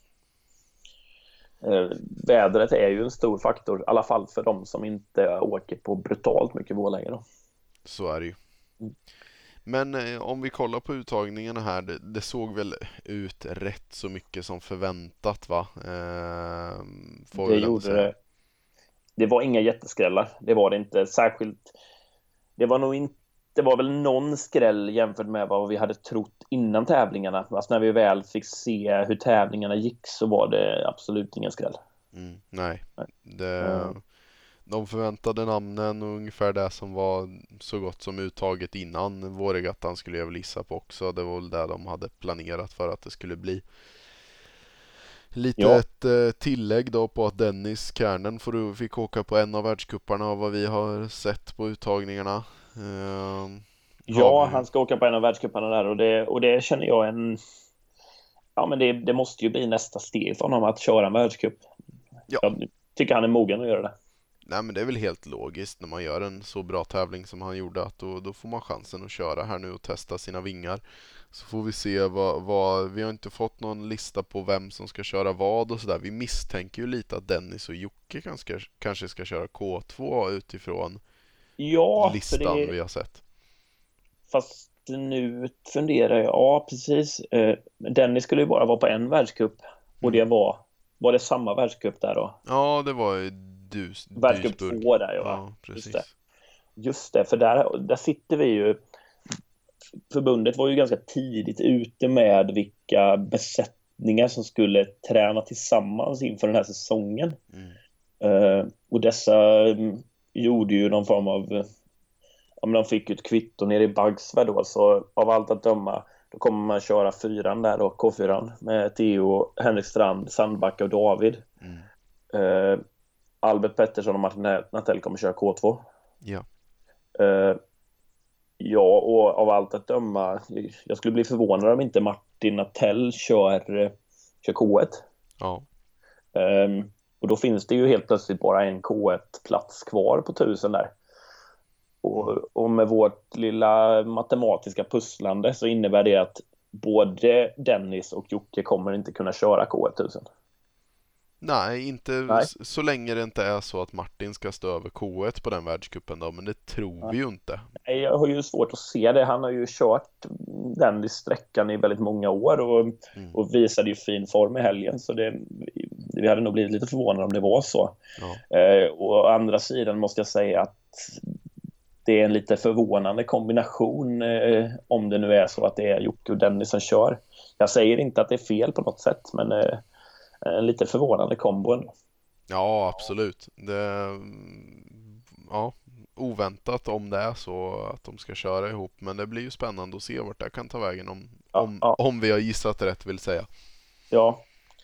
Vädret är ju en stor faktor, i alla fall för de som inte åker på brutalt mycket Borlänge då. Så är det ju. Men eh, om vi kollar på uttagningarna här, det, det såg väl ut rätt så mycket som förväntat, va? Eh, får det vi gjorde säga. det. Det var inga jätteskrällar, det var det inte särskilt. Det var nog inte, det var väl någon skräll jämfört med vad vi hade trott innan tävlingarna. Alltså när vi väl fick se hur tävlingarna gick så var det absolut ingen skräll. Mm, nej, nej. Det, Mm. de förväntade namnen och ungefär det som var så gott som uttaget innan Vårregattan skulle jag väl gissa på också. Det var väl det de hade planerat för att det skulle bli. Lite Ja. ett eh, tillägg då på att Dennis Kärnen får, fick åka på en av världscuparna av vad vi har sett på uttagningarna. Uh, Ja, han ska åka på en av världscuparna där och det, och det känner jag en... Ja, men det, det måste ju bli nästa steg för honom att köra en världscup. Ja. Jag tycker han är mogen att göra det. Nej, men det är väl helt logiskt när man gör en så bra tävling som han gjorde att då, då får man chansen att köra här nu och testa sina vingar. Så får vi se vad, vad vi har inte fått någon lista på vem som ska köra vad och sådär. Vi misstänker ju lite att Dennis och Jocke kanske, kanske ska köra K två utifrån ja, listan det... vi har sett. Fast nu funderar jag, ja precis. Dennis skulle ju bara vara på en världscup och det var, var det samma världscup där då? Ja, det var ju dus, Världscup två där, ja. Ja, precis. Just det. Just det, för där, där sitter vi ju. Förbundet var ju ganska tidigt ute med vilka besättningar som skulle träna tillsammans inför den här säsongen. Mm. Uh, och dessa um, gjorde ju någon form av... Ja, men de fick ju ett kvitto nere i Bagsvärd då, så av allt att döma då kommer man köra fyran där då, K fyra med Theo, Henrik Strand, Sandbacka och David. Mm. Uh, Albert Pettersson och Martin Natell kommer köra K två. Ja. Uh, ja, och av allt att döma, jag skulle bli förvånad om inte Martin Natell kör, kör K ett. Ja. Um, och då finns det ju helt plötsligt bara en K ett-plats kvar på tusen där. Och, och med vårt lilla matematiska pusslande så innebär det att både Dennis och Jocke kommer inte kunna köra K tusen. Nej, inte Nej. Så länge det inte är så att Martin ska stå över K ett på den världscupen då, men det tror Nej. vi ju inte. Nej, jag har ju svårt att se det. Han har ju kört den i sträckan i väldigt många år och, mm. och visade ju fin form i helgen. Så det, vi hade nog blivit lite förvånade om det var så. Ja. Eh, och å andra sidan måste jag säga att det är en lite förvånande kombination eh, om det nu är så att det är Jocke och Dennis som kör. Jag säger inte att det är fel på något sätt, men eh, en lite förvånande kombo ändå. Ja, absolut. Det, ja, oväntat om det är så att de ska köra ihop, men det blir ju spännande att se vart det kan ta vägen om, Ja, om, ja. om vi har gissat rätt, vill säga. Ja.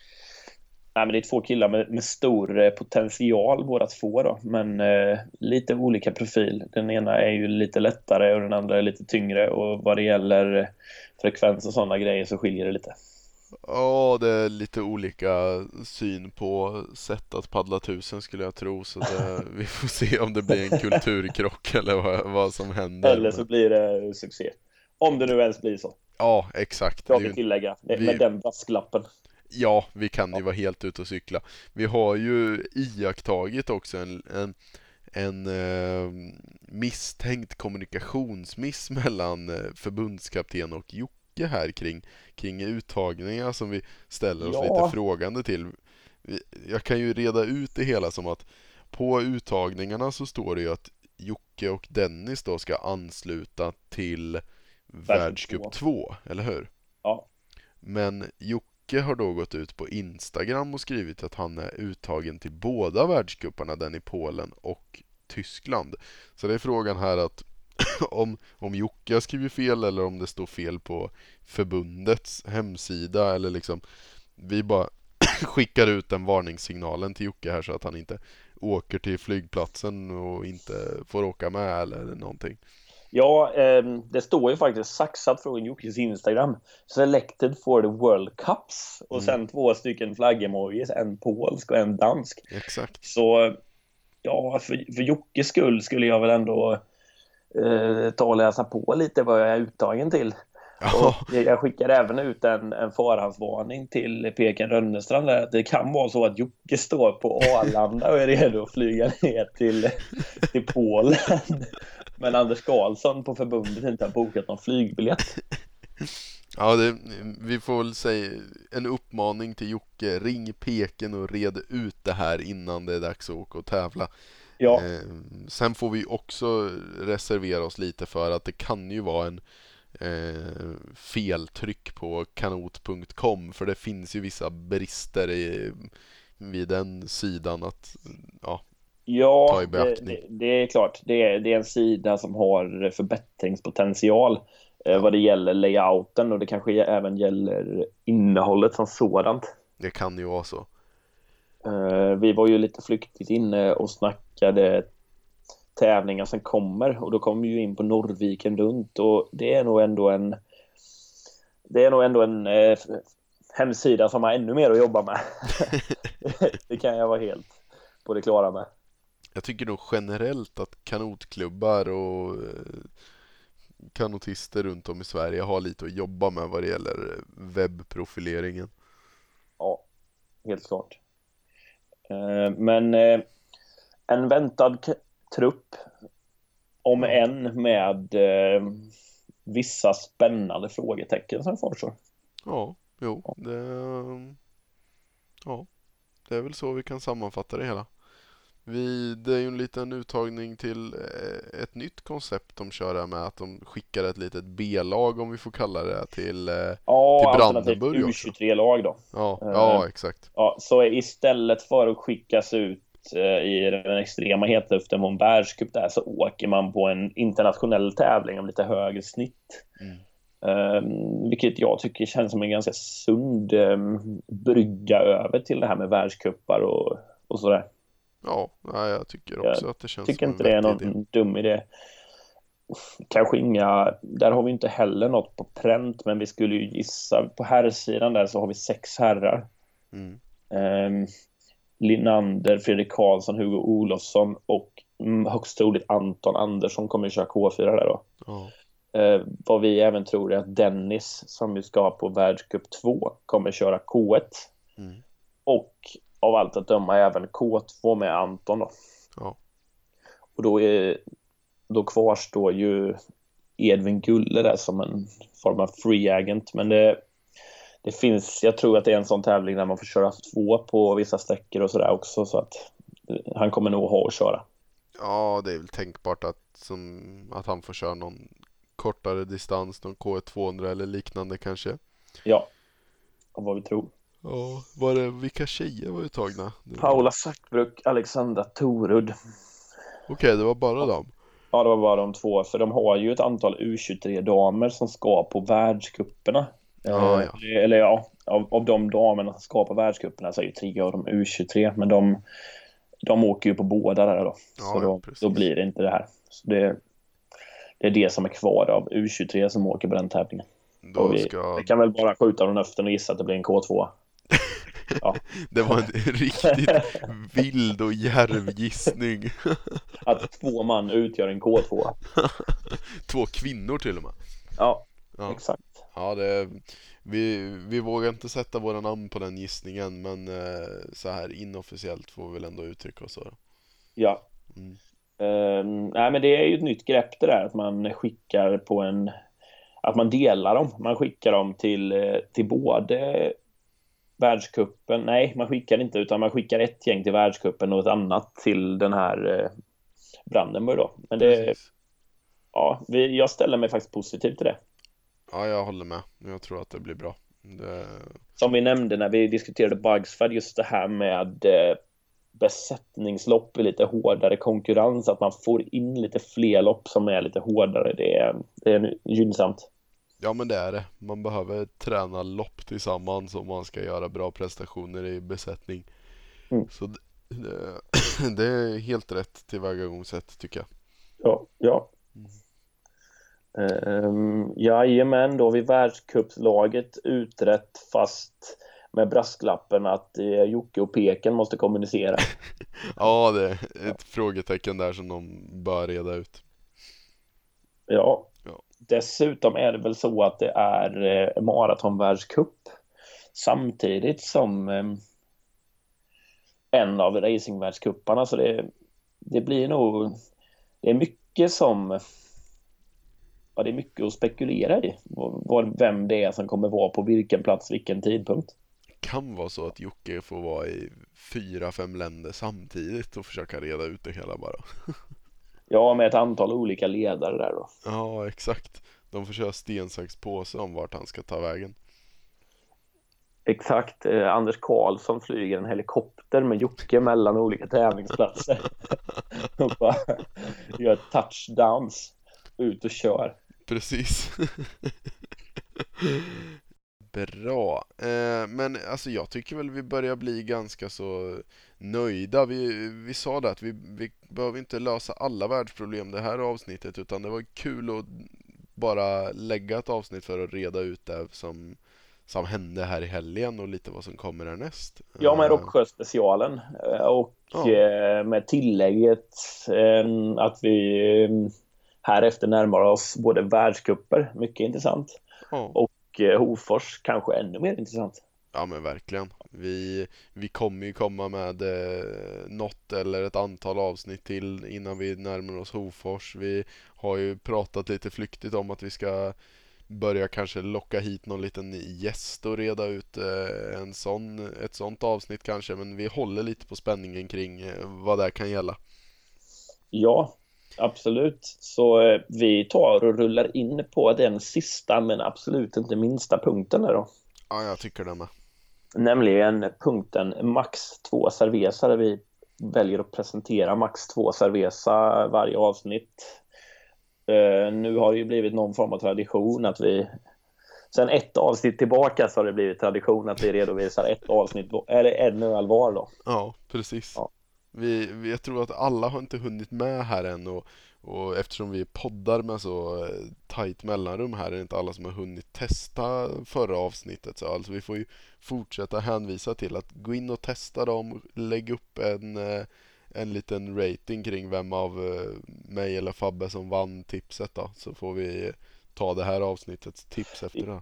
Nej, men det är två killar med, med stor eh, potential båda två då, men eh, lite olika profil. Den ena är ju lite lättare och den andra är lite tyngre, och vad det gäller eh, frekvens och sådana grejer så skiljer det lite. Ja, det är lite olika syn på sätt att paddla tusen, skulle jag tro, så det, vi får se om det blir en kulturkrock eller vad, vad som händer. Eller så blir det succé. Om det nu ens blir så. Ja, exakt. Jag Det är vill ju- tillägga, det- vi- med den brasklappen. Ja, vi kan ju vara helt ute och cykla. Vi har ju iakttagit också en, en, en eh, misstänkt kommunikationsmiss mellan eh, förbundskapten och Jocke här kring, kring uttagningar som vi ställer oss Ja. lite frågande till. Vi- Jag kan ju reda ut det hela som att på uttagningarna så står det ju att Jocke och Dennis då ska ansluta till Världscup två, eller hur? Ja. Men Jocke har då gått ut på Instagram och skrivit att han är uttagen till båda världscuparna, den i Polen och Tyskland. Så det är frågan här att om, om Jocke har skrivit fel eller om det står fel på förbundets hemsida, eller liksom vi bara skickar ut den varningssignalen till Jocke här så att han inte åker till flygplatsen och inte får åka med eller någonting. Ja, eh, det står ju faktiskt saxat från Jockes Instagram. Selected for the World Cups. Och Mm. sen två stycken flaggemojis, en polsk och en dansk. Exakt. Så ja, för, för Jockes skull skulle jag väl ändå eh, ta och läsa på lite vad jag är uttagen till. Ja, Och jag skickar även ut en, en förhandsvarning till Peken Rönnestrand där att det kan vara så att Jocke står på Arlanda och är redo att flyga ner till, till Polen. Men Anders Karlsson på förbundet inte har bokat någon flygbiljett. ja det, vi får väl säga en uppmaning till Jocke: ring Peken och red ut det här innan det är dags att åka och tävla. Ja, Eh, sen får vi också reservera oss lite för att det kan ju vara en eh, feltryck på kanot punkt com, för det finns ju vissa brister i, vid den sidan att ja, ja ta i det, beaktning. det, det är klart. Det är, det är en sida som har förbättringspotential eh, vad det gäller layouten, och det kanske även gäller innehållet som sådant. Det kan ju vara så. Eh, vi var ju lite flyktigt inne och snackade tävlingar som kommer, och då kom vi ju in på Norrviken runt, och det är nog ändå en det är nog ändå en eh, hemsida som har ännu mer att jobba med. Det kan jag vara helt på det klara med. Jag tycker nog generellt att kanotklubbar och eh, kanotister runt om i Sverige har lite att jobba med vad det gäller webbprofileringen. Ja, helt klart. Eh, men eh, en väntad k- trupp, om än med eh, vissa spännande frågetecken som kvarstår. Ja, jo, det, ja, det är väl så vi kan sammanfatta det hela. Vi, det är ju en liten uttagning till eh, ett nytt koncept de kör här med att de skickar ett litet B-lag, om vi får kalla det, till, eh, Ja, till alternativt Brandenburg U också. tjugotre-lag då. Ja, Eh, ja, exakt. Ja, så istället för att skickas ut eh, i den extrema hetluften på en världscup där, så åker man på en internationell tävling om lite högre snitt. Mm. Um, vilket jag tycker känns som en ganska sund um, brygga över till det här med världscupar och, och sådär. Ja, ja, jag tycker också att det känns Tycker som inte en det är vettig någon idé. dum idé. Kanske inga, där har vi inte heller något på pränt, men vi skulle ju gissa på herrsidan där så har vi sex herrar. Mm. Um, Linander, Fredrik Karlsson, Hugo Olofsson och mm, högst troligt Anton Andersson kommer att köra K fyra där då. Ja. Uh, vad vi även tror är att Dennis, som vi ska på Världscup två, kommer att köra K ett. Mm. Och av allt att döma även K två med Anton då. Ja. Och då, är, då kvarstår ju Edvin Gulle där som en form av free agent. Men det, det finns, jag tror att det är en sån tävling där man får köra två på vissa sträckor och sådär också, så att han kommer nog ha att köra. Ja, det är väl tänkbart att, som, att han får köra någon kortare distans, någon K tvåhundra eller liknande kanske. Ja, av vad vi tror. Ja, var det, vilka tjejer var uttagna? Det var... Paula Sackbruk, Alexandra Torud. Okej, okay, det var bara dem. Ja, det var bara de två, för de har ju ett antal U tjugotre-damer som ska på världscuperna. Ah, ja. eh, eller ja, av, av de damerna som ska på världscuperna så är ju tre av dem U tjugotre, men de, de åker ju på båda där då. Ja, så då, ja, då blir det inte det här. Så det, det är det som är kvar av U tjugotre som åker på den tävlingen. Då vi, ska... vi kan väl bara skjuta från höften och gissa att det blir en K två. Ja. Det var en riktigt vild och djärv gissning. Att två man utgör en K två. Två kvinnor till och med. Ja, ja. exakt. Ja, det, vi, vi vågar inte sätta våra namn på den gissningen, men eh, så här inofficiellt får vi väl ändå uttrycka oss så. Ja. Mm. Um, nej, men det är ju ett nytt grepp det där, att man skickar på en, att man delar dem. Man skickar dem till, till både världscupen. Nej, man skickar inte, utan man skickar ett gäng till världscupen och ett annat till den här eh, Brandenburg då. Men det, ja, vi, jag ställer mig faktiskt positiv till det. Ja, jag håller med. Jag tror att det blir bra. Det... Som vi nämnde när vi diskuterade Bugsford, just det här med eh, besättningslopp i lite hårdare konkurrens, att man får in lite fler lopp som är lite hårdare. Det är, det är gynnsamt. Ja, men det är det. Man behöver träna lopp tillsammans om man ska göra bra prestationer i besättning. Mm. Så det, det, det är helt rätt tillvägagångssätt tycker jag. Ja, ja. Mm. Um, jajamän, då har vi världscupslaget utrett, fast med brasklappen att eh, Jocke och Peken måste kommunicera. Ja, det är ett ja. frågetecken där som de bör reda ut. Ja. Ja. Dessutom är det väl så att det är eh, maratonvärldscup samtidigt som eh, en av racingvärldscuparna, så det, det blir nog, det är mycket som, ja, det är mycket att spekulera i vad, vem det är som kommer vara på vilken plats, vilken tidpunkt. Det kan vara så att Jocke får vara i fyra, fem länder samtidigt och försöka reda ut det hela bara. Ja, med ett antal olika ledare där då. Ja, exakt. De får köra sten, sax, påse om vart han ska ta vägen. Exakt. Eh, Anders Karlsson flyger en helikopter med Jocke mellan olika tävlingsplatser. Och bara gör touchdowns. Ut och kör. Precis. Bra. Eh, men alltså jag tycker väl vi börjar bli ganska så nöjda. Vi, vi sa det att vi, vi behöver inte lösa alla världsproblem det här avsnittet, utan det var kul att bara lägga ett avsnitt för att reda ut det som, som hände här i helgen och lite vad som kommer härnäst. Ja, med Rocksjö-specialen och ja. med tillägget att vi här efter närmar oss både världscuper, mycket intressant, ja. och Hofors kanske ännu mer intressant. Ja, men verkligen. Vi, vi kommer ju komma med eh, något eller ett antal avsnitt till innan vi närmar oss Hofors. Vi har ju pratat lite flyktigt om att vi ska börja kanske locka hit någon liten gäst och reda ut eh, en sån, ett sånt avsnitt kanske. Men vi håller lite på spänningen kring eh, vad det kan gälla. Ja, absolut. Så eh, vi tar och rullar in på den sista men absolut inte minsta punkten där då. Ja, jag tycker det med. Nämligen punkten Max två Cerveza, där vi väljer att presentera Max två Cerveza varje avsnitt. Uh, nu har det ju blivit någon form av tradition att vi, sen ett avsnitt tillbaka så har det blivit tradition att vi redovisar ett avsnitt, eller en öl var då. Ja, precis. Ja. Vi, vi, jag tror att alla har inte hunnit med här än och, och eftersom vi poddar med så tajt mellanrum här är det inte alla som har hunnit testa förra avsnittet. Så alltså vi får ju fortsätta hänvisa till att gå in och testa dem, lägg upp en, en liten rating kring vem av mig eller Fabbe som vann tipset då. Så får vi ta det här avsnittets tips efter det.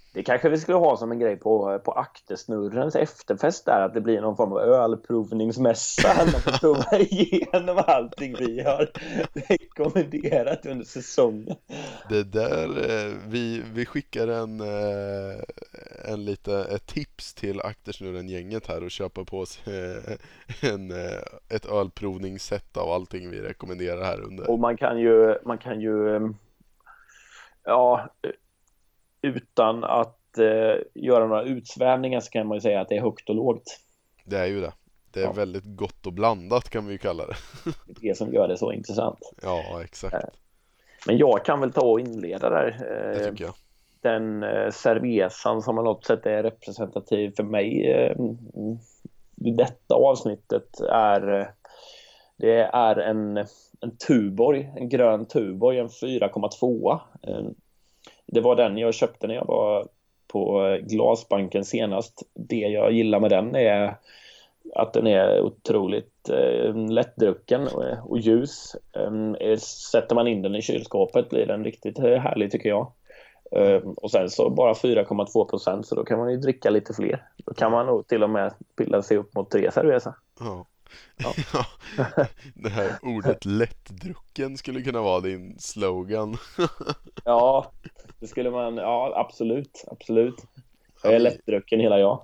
Det kanske vi skulle ha som en grej på, på Aktersnurrens efterfest där, att det blir någon form av ölprovningsmässa. Man får prova igenom allting vi har rekommenderat under säsongen. Det där, vi, vi skickar en, en lite, ett tips till Aktersnurren-gänget här och köpa på oss en, ett ölprovningssätt av allting vi rekommenderar här under. Och man kan ju, man kan ju ja, utan att eh, göra några utsvävningar så kan man ju säga att det är högt och lågt. Det är ju det. Det är ja. väldigt gott och blandat kan vi ju kalla det. Det är det som gör det så intressant. Ja, exakt. Eh, men jag kan väl ta och inleda där. Eh, det tycker jag. Den eh, cervezan som på något sätt är representativ för mig eh, i detta avsnittet är eh, det är en, en Tuborg, en grön Tuborg, en fyra komma två. Eh, Det var den jag köpte när jag var på Glasbanken senast. Det jag gillar med den är att den är otroligt eh, lättdrucken och, och ljus. Eh, sätter man in den i kylskåpet blir den riktigt härlig tycker jag. Eh, och sen så bara fyra komma två procent, så då kan man ju dricka lite fler. Då kan man nog till och med pilla sig upp mot tre cerveza. Ja. Ja. Det här ordet lättdrucken skulle kunna vara din slogan. Ja, det skulle man, ja absolut, absolut. Jag är lättdrucken hela jag.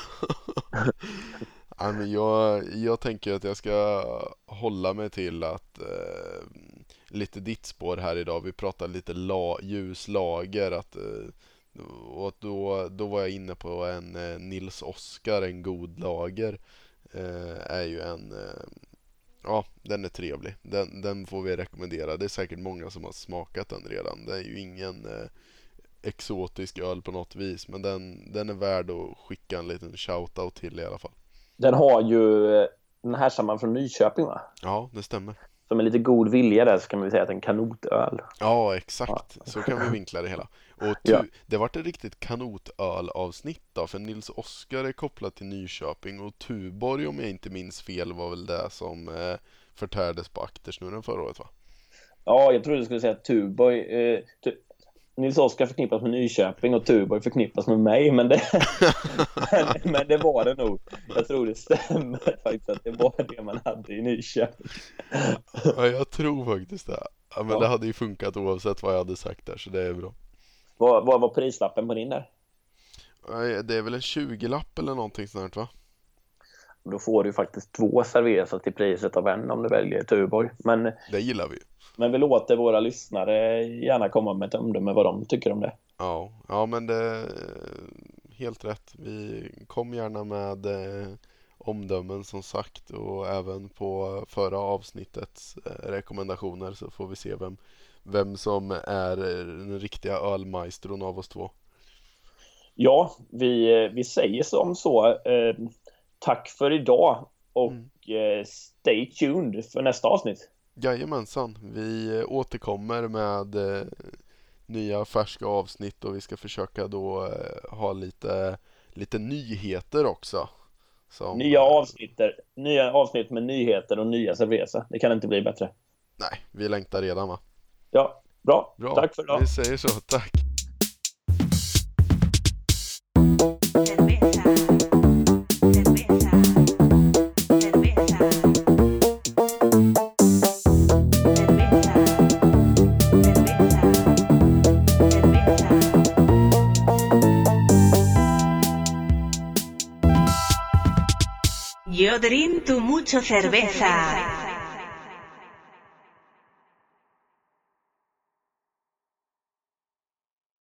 Ja, men jag, jag tänker att jag ska hålla mig till att eh, lite ditt spår här idag. Vi pratar lite la, ljuslager att, eh, och då, då var jag inne på en eh, Nils Oskar, en god lager. Eh, är ju en eh, ja, den är trevlig. Den, den får vi rekommendera. Det är säkert många som har smakat den redan. Det är ju ingen eh, exotisk öl på något vis, men den, den är värd att skicka en liten shoutout till i alla fall. Den har ju den här samman från Nyköping, va? Ja, det stämmer. Så med lite god vilja där så kan vi säga att det är en kanotöl. Ja, exakt. Ja. Så kan vi vinkla det hela. Och tu- ja. Det vart ett riktigt kanotöl-avsnitt då, för Nils Oskar är kopplat till Nyköping och Tuborg, om jag inte minns fel, var väl det som eh, förtärdes på Aktersnurren förra året, va? Ja, jag trodde du skulle säga att Tuborg... Eh, tu- Nils Oskar förknippas med Nyköping och Tuborg förknippas med mig, men det, men, men det var det nog. Jag tror det stämmer faktiskt att det var det man hade i Nyköping. Ja, jag tror faktiskt det. Ja, men ja. Det hade ju funkat oavsett vad jag hade sagt där, så det är bra. Vad, vad var prislappen på din där? Det är väl en tjugo-lapp eller någonting sånt, va? Då får du faktiskt två cerveza till priset av en om du väljer Tuborg. Men, det gillar vi. Men vi låter våra lyssnare gärna komma med ett omdöme vad de tycker om det. Ja, ja men det är helt rätt. Vi kom gärna med eh, omdömen som sagt, och även på förra avsnittets eh, rekommendationer, så får vi se vem, vem som är den riktiga ölmaestron av oss två. Ja, vi, vi säger som så. Eh, tack för idag och mm. eh, stay tuned för nästa avsnitt. Jajamensan, vi återkommer med eh, nya färska avsnitt, och vi ska försöka då eh, ha lite, lite nyheter också. Som, nya, avsnitt, nya avsnitt med nyheter och nya cerveza. Det kan inte bli bättre. Nej, vi längtar redan, va? Ja, bra. bra. Tack för idag. Vi säger så, tack. Yo drink mucho cerveza.